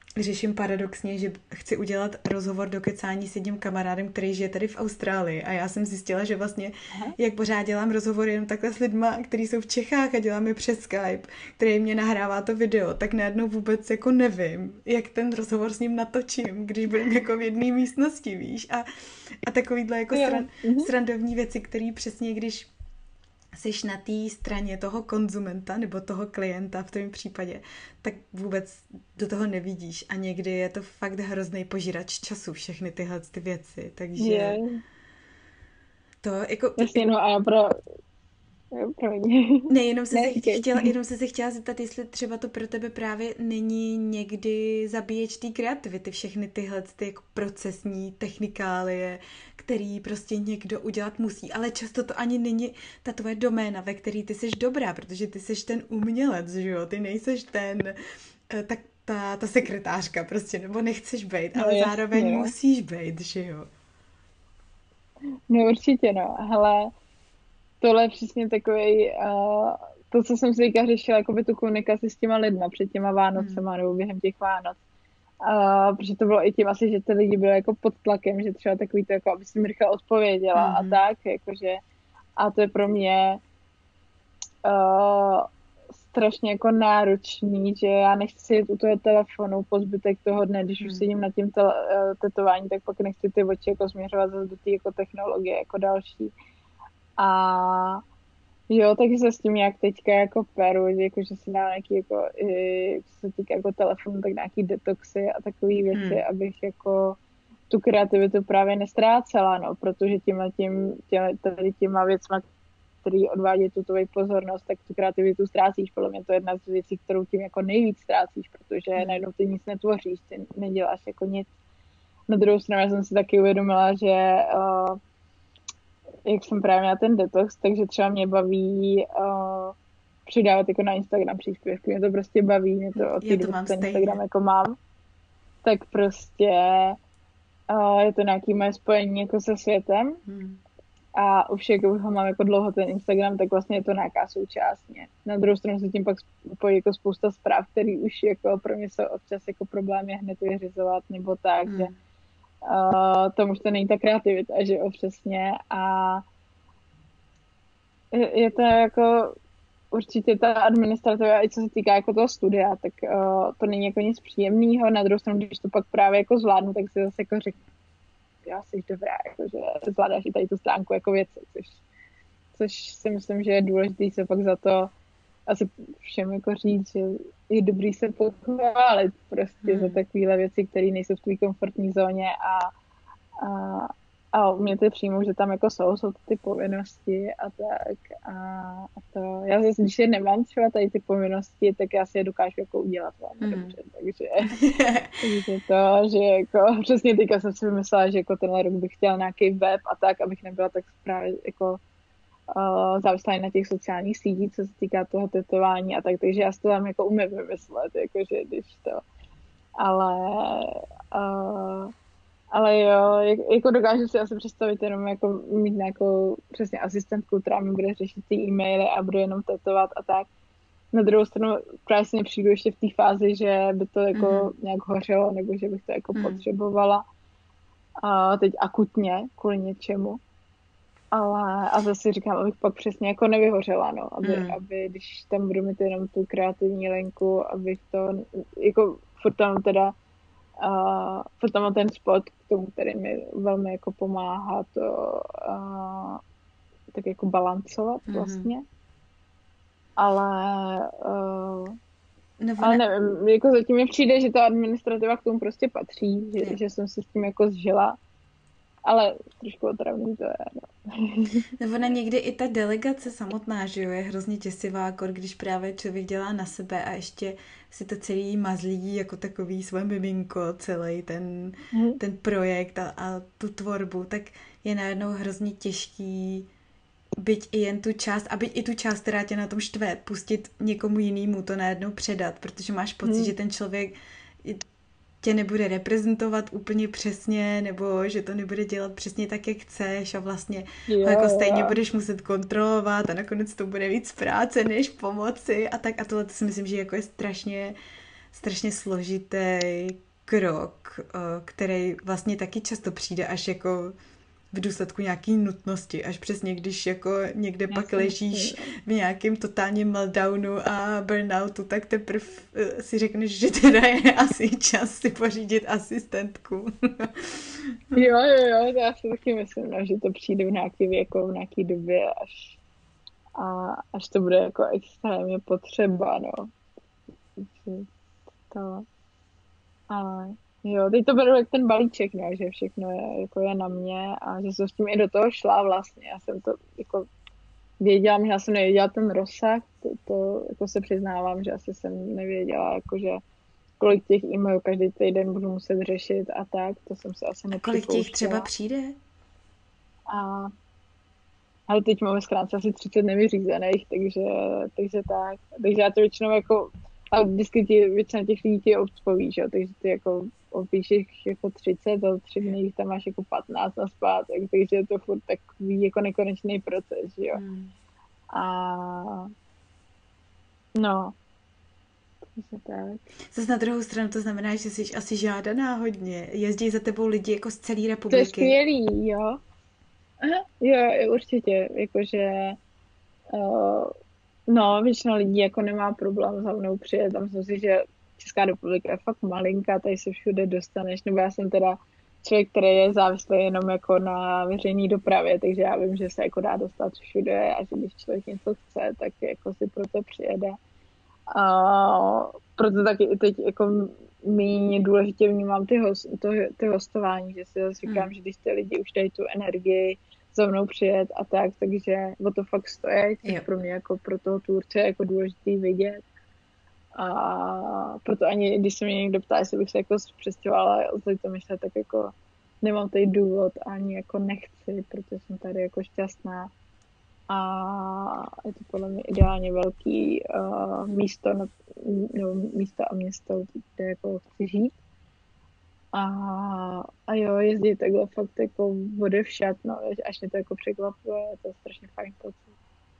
řeším paradoxně, že chci udělat rozhovor do kecání s jedním kamarádem, který žije tady v Austrálii a já jsem zjistila, že vlastně Aha. jak pořád dělám rozhovory jenom takhle s lidma, kteří jsou v Čechách a dělám je přes Skype, který mě nahrává to video, tak najednou vůbec jako nevím, jak ten rozhovor s ním natočím, když budeme jako v jedné místnosti, víš, a, a takovýhle jako stran, srandovní věci, které přesně když seš na té straně toho konzumenta nebo toho klienta v tom případě, tak vůbec do toho nevidíš a někdy je to fakt hrozný požírač času, všechny tyhle ty věci, takže je. To jako... Vlastně, no a pro... Ne, jenom se, ne, se chtěla, jenom se, se chtěla zeptat, jestli třeba to pro tebe právě není někdy zabíječ té kreativity, všechny tyhle ty jako procesní technikálie, který prostě někdo udělat musí, ale často to ani není ta tvoje doména, ve který ty seš dobrá, protože ty seš ten umělec, že jo, ty nejseš ten, tak ta, ta sekretářka prostě, nebo nechceš být, ale no, zároveň jasně, musíš být, že jo. No určitě, no, hele, tohle je přesně takový, uh, to, co jsem si teďka řešila, jakoby tu komunikaci s těma lidma před těma Vánocema, hmm. nebo během těch Vánoc. Uh, protože to bylo i tím asi, že ty lidi byly jako pod tlakem, že třeba takový to, jako aby si mi rychle odpověděla hmm. a tak, jakože, a to je pro mě uh, strašně jako náročný, že já nechci sedět u toho telefonu po zbytek toho dne, když hmm. už sedím na tím tel- uh, tetování, tak pak nechci ty oči jako směřovat zase do té jako technologie jako další. A jo, takže se s tím nějak teďka jako peru, že, jako, že si dám nějaký jako, i, co se týká jako telefonu, tak nějaký detoxy a takové věci, hmm. abych jako tu kreativitu právě nestrácela, no, protože tímhle tím, těma, tady těma věcma, který odvádí tu tvoji pozornost, tak tu kreativitu ztrácíš. Podle mě to je jedna z věcí, kterou tím jako nejvíc ztrácíš, protože hmm. najednou ty nic netvoříš, ty neděláš jako nic. Na druhou stranu já jsem si taky uvědomila, že uh, jak jsem právě měla ten detox, takže třeba mě baví uh, přidávat jako na Instagram příspěvky, mě to prostě baví, mě to od té doby ten Instagram jako mám, tak prostě uh, je to nějaký moje spojení jako se světem hmm. a už jako ho mám jako dlouho ten Instagram, tak vlastně je to nějaká součást mě. Na druhou stranu se tím pak spojí jako spousta zpráv, který už jako pro mě jsou občas jako problémy hned vyřizovat nebo tak, hmm. že Uh, tomu už to není ta kreativita, že jo, přesně. A je, je to jako určitě ta administrativa, i co se týká jako toho studia, tak uh, to není jako nic příjemného. Na druhou stranu, když to pak právě jako zvládnu, tak si zase jako řeknu, já jsi dobrá, jako, že zvládáš i tady tu stránku jako věci, což, což si myslím, že je důležité se pak za to asi všem jako říct, že je dobrý se pochválit prostě hmm. za takovéhle věci, které nejsou v tvý komfortní zóně a, a, a umět přijmout, že tam jako jsou, jsou ty povinnosti a tak a, a to. Já zase, když je nemám třeba tady ty povinnosti, tak já si je dokážu jako udělat velmi hmm. dobře, takže, takže to, že jako přesně teďka jsem si vymyslela, že jako tenhle rok bych chtěla nějaký web a tak, abych nebyla tak právě jako Uh, závislá na těch sociálních sítích, co se týká toho tetování a tak, takže já si to tam jako umím vymyslet, jakože když to, ale uh, ale jo, jako dokážu si asi představit jenom jako mít nějakou přesně asistentku, která mi bude řešit ty e-maily a bude jenom tetovat a tak. Na druhou stranu právě si nepřijdu ještě v té fázi, že by to jako mm. nějak hořelo, nebo že bych to jako mm. potřebovala a teď akutně kvůli něčemu. Ale a zase říkám, abych pak přesně jako nevyhořela, no, aby, hmm. aby když tam budu mít jenom tu kreativní linku, abych to, jako furt tam teda, uh, furt tam ten spot k tomu, který mi velmi jako pomáhá to uh, tak jako balancovat hmm. vlastně. Ale, uh, no, ale nevím, jako zatím mi přijde, že ta administrativa k tomu prostě patří, že, že jsem se s tím jako zžila. Ale trošku otravný to je, no. Nebo na někdy i ta delegace samotná, že jo, je hrozně těsivá, akor, když právě člověk dělá na sebe a ještě si to celý mazlí jako takový svoje miminko, celý ten, hmm. ten projekt a, a tu tvorbu, tak je najednou hrozně těžký byť i jen tu část, a byť i tu část, která tě na tom štve, pustit někomu jinému to najednou předat, protože máš pocit, hmm. že ten člověk tě nebude reprezentovat úplně přesně, nebo že to nebude dělat přesně tak, jak chceš a vlastně jo, ho jako stejně jo. budeš muset kontrolovat a nakonec to bude víc práce, než pomoci a tak. A tohle si myslím, že jako je strašně strašně složitý krok, který vlastně taky často přijde až jako v důsledku nějaký nutnosti, až přesně když jako někde Já pak ležíš v nějakém totálním meltdownu a burnoutu, tak teprve si řekneš, že teda je asi čas si pořídit asistentku. Jo, jo, jo, to já si taky myslím, no, že to přijde v nějaký věku, v nějaký době, až, a, až to bude jako extrémně potřeba, no. To, ale jo, teď to beru jak ten balíček, no, že všechno je, jako je na mě a že jsem s tím i do toho šla vlastně. Já jsem to jako věděla, možná jsem nevěděla ten rozsah, to, to jako se přiznávám, že asi jsem nevěděla, jakože kolik těch e-mailů každý týden budu muset řešit a tak, to jsem se asi nepřipouštěla. Kolik těch třeba přijde? A ale teď máme zkrátce asi třicet nevyřízených, takže, takže tak. Takže já to většinou jako, a vždycky ti, většina těch lidí ti odpoví, že jo, takže ty jako opíšeš jako třicet a tři dny tam máš jako patnáct na zpátek, takže je to furt takový jako nekonečný proces, že jo. Hmm. A no, takže tak. Zase na druhou stranu to znamená, že jsi asi žádaná hodně. Jezdí za tebou lidi jako z celé republiky. To je skvělý, jo. Aha, jo, určitě, jakože uh, no, většina lidí jako nemá problém za mnou přijet a myslím si, že Česká republika je fakt malinká, tady se všude dostaneš, nebo já jsem teda člověk, který je závislý jenom jako na veřejné dopravě, takže já vím, že se jako dá dostat všude a že když člověk něco chce, tak jako si proto přijede. A proto taky i teď jako méně důležitě vnímám ty, host, to, ty hostování, že si zase říkám, hmm. že když ty lidi už dají tu energii za mnou přijet a tak, takže o to fakt stojí, což pro mě jako pro toho tvůrce je jako důležitý vidět. A proto ani když se mě někdo ptá, jestli bych se jako přestěhovala za to myšlet, tak jako nemám tady důvod, ani jako nechci, protože jsem tady jako šťastná. A je to podle mě ideálně velký uh, místo, no, no, místo a město, kde jako chci žít. A, a jo, jezdit takhle fakt jako odevšad, no, až mě to jako překvapuje, to je strašně fajn pocit.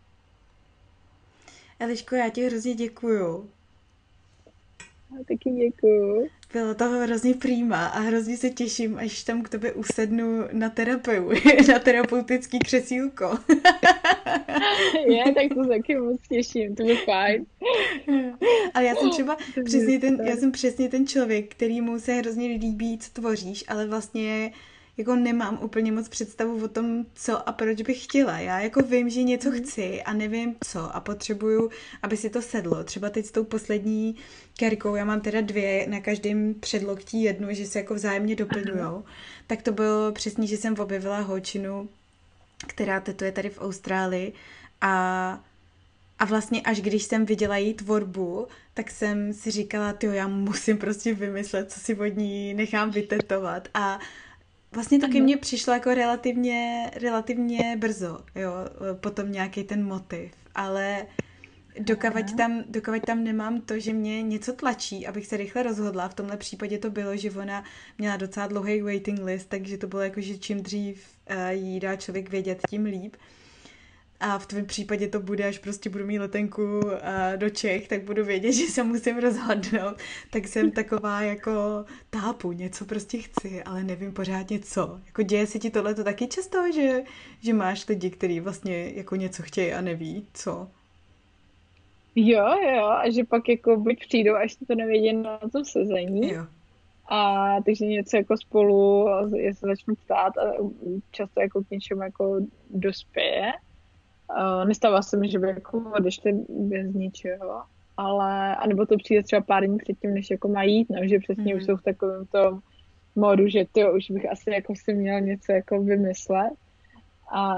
Eliško, já ti hrozně děkuju. Já taky děkuju. Bylo to hrozně prýma a hrozně se těším, až tam k tobě usednu na terapeu, na terapeutický křesílko. Je, tak to taky moc těším, to je fajn. Ale já jsem třeba přesně ten, já jsem přesně ten člověk, kterýmu se hrozně líbí, co tvoříš, ale vlastně jako nemám úplně moc představu o tom, co a proč bych chtěla. Já jako vím, že něco chci a nevím co a potřebuju, aby si to sedlo. Třeba teď s tou poslední kérkou, já mám teda dvě, na každém předloktí jednu, že se jako vzájemně doplňujou. Tak to bylo přesně, že jsem objevila holčinu, která tetuje tady v Austrálii a A vlastně až když jsem viděla její tvorbu, tak jsem si říkala, tyjo, já musím prostě vymyslet, co si od ní nechám vytetovat. A vlastně to ke mně přišlo jako relativně, relativně brzo, jo, potom nějaký ten motiv. Ale dokavať tam, dokavať tam nemám to, že mě něco tlačí, abych se rychle rozhodla. V tomhle případě to bylo, že ona měla docela dlouhý waiting list, takže to bylo jako, že čím dřív jí dá člověk vědět, tím líp. A v tvém případě to bude, až prostě budu mít letenku do Čech, tak budu vědět, že se musím rozhodnout. Tak jsem taková jako tápu, něco prostě chci, ale nevím pořádně co. Jako děje se ti tohle to taky často, že, že máš lidi, kteří vlastně jako něco chtějí a neví co? Jo, jo, a že pak jako buď přijdou, až to nevědí na tom sezení. Jo. A takže něco jako spolu se začnu ptát a často jako k něčemu jako dospěje. Uh, nestává se mi, že by jako odešli bez ničeho, ale anebo to přijde třeba pár dní předtím, než jako mají jít, no, že přesně mm. už jsou v takovém tom modu, že to už bych asi jako si měl něco jako vymyslet. A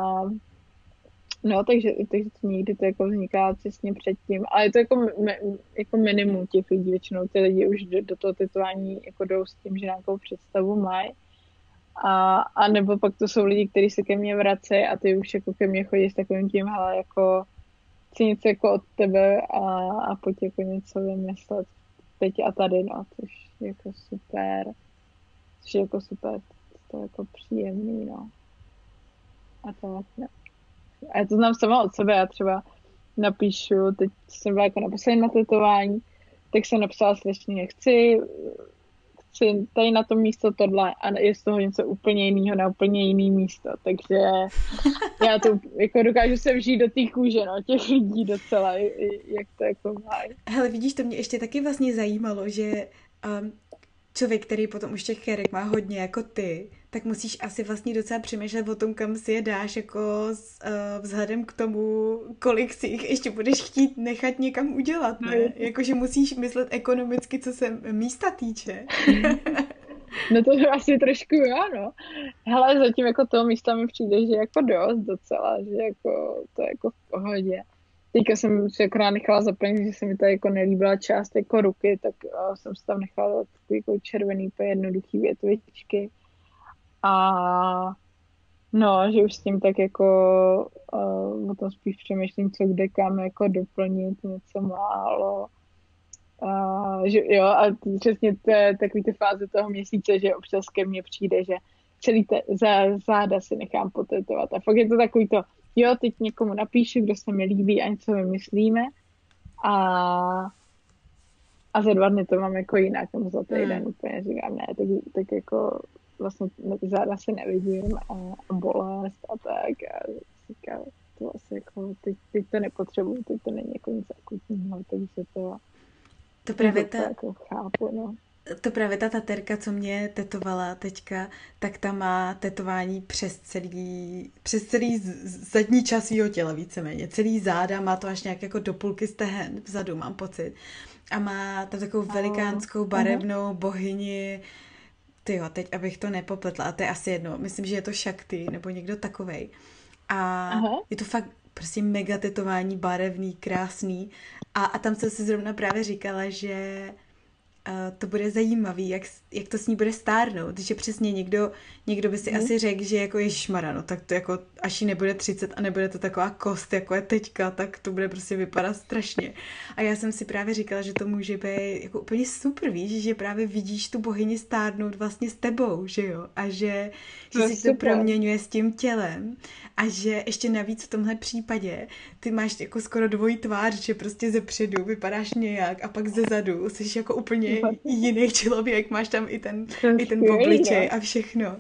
no, takže, takže to někdy to jako vzniká těsně předtím, ale je to jako, me, jako minimum těch lidí, většinou ty lidi už do, do toho tetování jako jdou s tím, že nějakou představu mají. A, a nebo pak to jsou lidi, kteří se ke mně vracejí a ty už jako ke mně chodí s takovým tím, hele, jako chci něco jako od tebe a, a pojď jako něco vymyslet teď a tady, no, což je jako super, což je jako super, to je jako příjemný, no. A to vlastně. A já to znám sama od sebe, já třeba napíšu, teď jsem byla jako na posledním tetování, tak jsem napsala strašně, chci, chci tady na to místo tohle a je z toho něco úplně jiného na úplně jiný místo, takže já to jako dokážu se vžít do té kůže, no, těch lidí docela, jak to jako mají. Hele, vidíš, to mě ještě taky vlastně zajímalo, že um, člověk, který potom už těch kérek má hodně jako ty, tak musíš asi vlastně docela přemýšlet o tom, kam si je dáš, jako s, uh, vzhledem k tomu, kolik si jich ještě budeš chtít nechat někam udělat, ne? No, jakože musíš myslet ekonomicky, co se místa týče. No to asi trošku jo, no. Hele, zatím jako toho místa mi přijde, že jako dost docela, že jako to je jako v pohodě. Teďka jsem si akorát nechala zaplnit, že se mi tady jako nelíbila část jako ruky, tak uh, jsem si tam nechala takový jako červený, úplně jednoduchý větvičky. A no, že už s tím tak jako uh, o tom spíš přemýšlím, co kde kam jako doplnit, něco málo. Uh, že, jo, a přesně to je takový ty fáze toho měsíce, že občas ke mně přijde, že celý te, zá, záda si nechám potetovat. A fakt je to takový to, jo, teď někomu napíšu, kdo se mi líbí a něco vymyslíme. A, a za dva dny to mám jako jinak, nebo za týden hmm. úplně říkám, ne, tak, tak jako vlastně záda si nevidím a, a bolest a tak. A říkám, to vlastně jako, teď, teď to nepotřebuji, teď to není jako nic akutního, takže to To právě ta, jako chápu, no. To právě ta taterka, co mě tetovala teďka, tak ta má tetování přes celý, přes celý zadní část svýho těla víceméně. Celý záda, má to až nějak jako do půlky stehen vzadu, mám pocit. A má tam takovou velikánskou barevnou bohyni. Tyjo, teď abych to nepopletla, a to je asi jedno. Myslím, že je to Shakti, nebo někdo takovej. A Aha. je to fakt prostě mega tetování, barevný, krásný. A, a tam jsem si zrovna právě říkala, že uh, to bude zajímavý, jak, jak to s ní bude stárnout. Že přesně někdo, někdo by si mm. asi řekl, že jako ježišmarja, no tak to jako, až jí nebude třicet a nebude to taková kost, jako je teďka, tak to bude prostě vypadat strašně. A já jsem si právě říkala, že to může být jako úplně super, víš, že právě vidíš tu bohyni stárnout vlastně s tebou, že jo? A že, že si to proměňuje s tím tělem. A že ještě navíc v tomhle případě ty máš jako skoro dvojí tvář, že prostě ze předu vypadáš nějak a pak ze zadu jsi jako úplně jiný člověk, máš tam i ten, i ten obličej a všechno.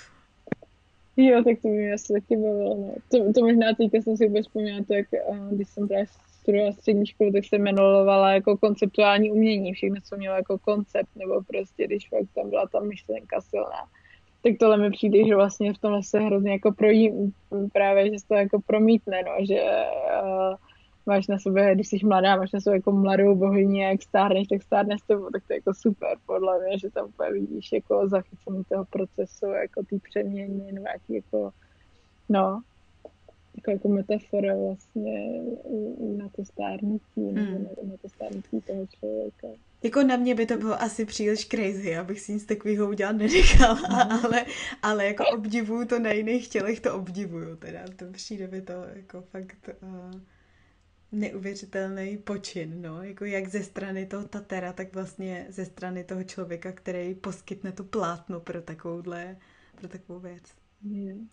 Jo, tak to mě asi taky bavilo. No. To, to možná teďka jsem si vůbec vzpomněla, to jak když jsem právě studovala střední školu, tak se jmenovala jako konceptuální umění, všechno, co mělo jako koncept, nebo prostě, když fakt tam byla ta myšlenka silná. Tak tohle mi přijde, že vlastně v tomhle se hrozně jako projí, právě, že se to jako promítne, no, že uh, máš na sobě, když jsi mladá, máš na sobě jako mladou bohyni, jak stárneš, tak stárneš s tebou, tak to je jako super, podle mě, že tam úplně vidíš jako zachycení toho procesu, jako ty přeměny, nějaký jako, no, jako, jako metafora vlastně na to stárnutí, mm. nebo na, na to stárnutí toho člověka. Jako na mě by to bylo asi příliš crazy, abych si nic takového udělat nenechala, mm. ale, ale jako obdivuju to na jiných tělech, to obdivuju teda, to přijde mi to jako fakt uh, neuvěřitelný počin, no, jako jak ze strany toho tatera, tak vlastně ze strany toho člověka, který poskytne to plátno pro takovouhle, pro takovou věc. Mm.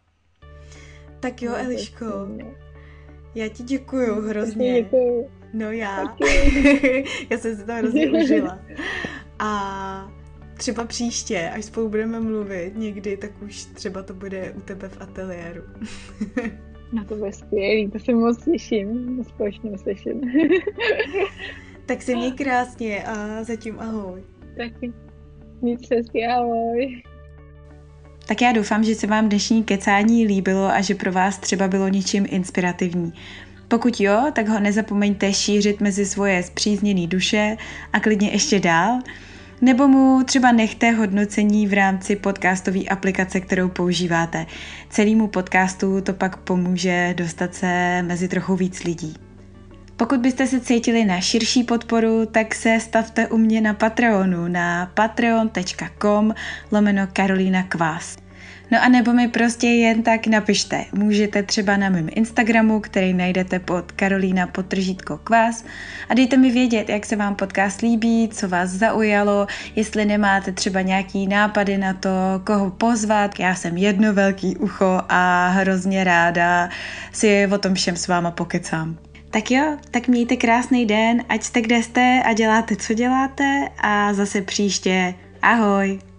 Tak jo, Eliško, já ti děkuju hrozně. Děkuju. No já. Já jsem si to hrozně užila. A třeba příště, až spolu budeme mluvit někdy, tak už třeba to bude u tebe v ateliéru. No to bude skvělý, to se moc těším, společně slyším. Tak se měj krásně a zatím ahoj. Taky. Nic hezky, ahoj. Tak já doufám, že se vám dnešní kecání líbilo a že pro vás třeba bylo něčím inspirativní. Pokud jo, tak ho nezapomeňte šířit mezi svoje spřízněné duše a klidně ještě dál, nebo mu třeba nechte hodnocení v rámci podcastové aplikace, kterou používáte. Celému podcastu to pak pomůže dostat se mezi trochu víc lidí. Pokud byste se cítili na širší podporu, tak se stavte u mě na Patreonu na patreon tečka com lomeno Karolína Kvás. No a nebo mi prostě jen tak napište. Můžete třeba na mém Instagramu, který najdete pod Karolína podtržítko Kvás, a dejte mi vědět, jak se vám podcast líbí, co vás zaujalo, jestli nemáte třeba nějaký nápady na to, koho pozvat. Já jsem jedno velký ucho a hrozně ráda si o tom všem s váma pokecám. Tak jo, tak mějte krásný den, ať jste kde jste a děláte, co děláte a zase příště. Ahoj!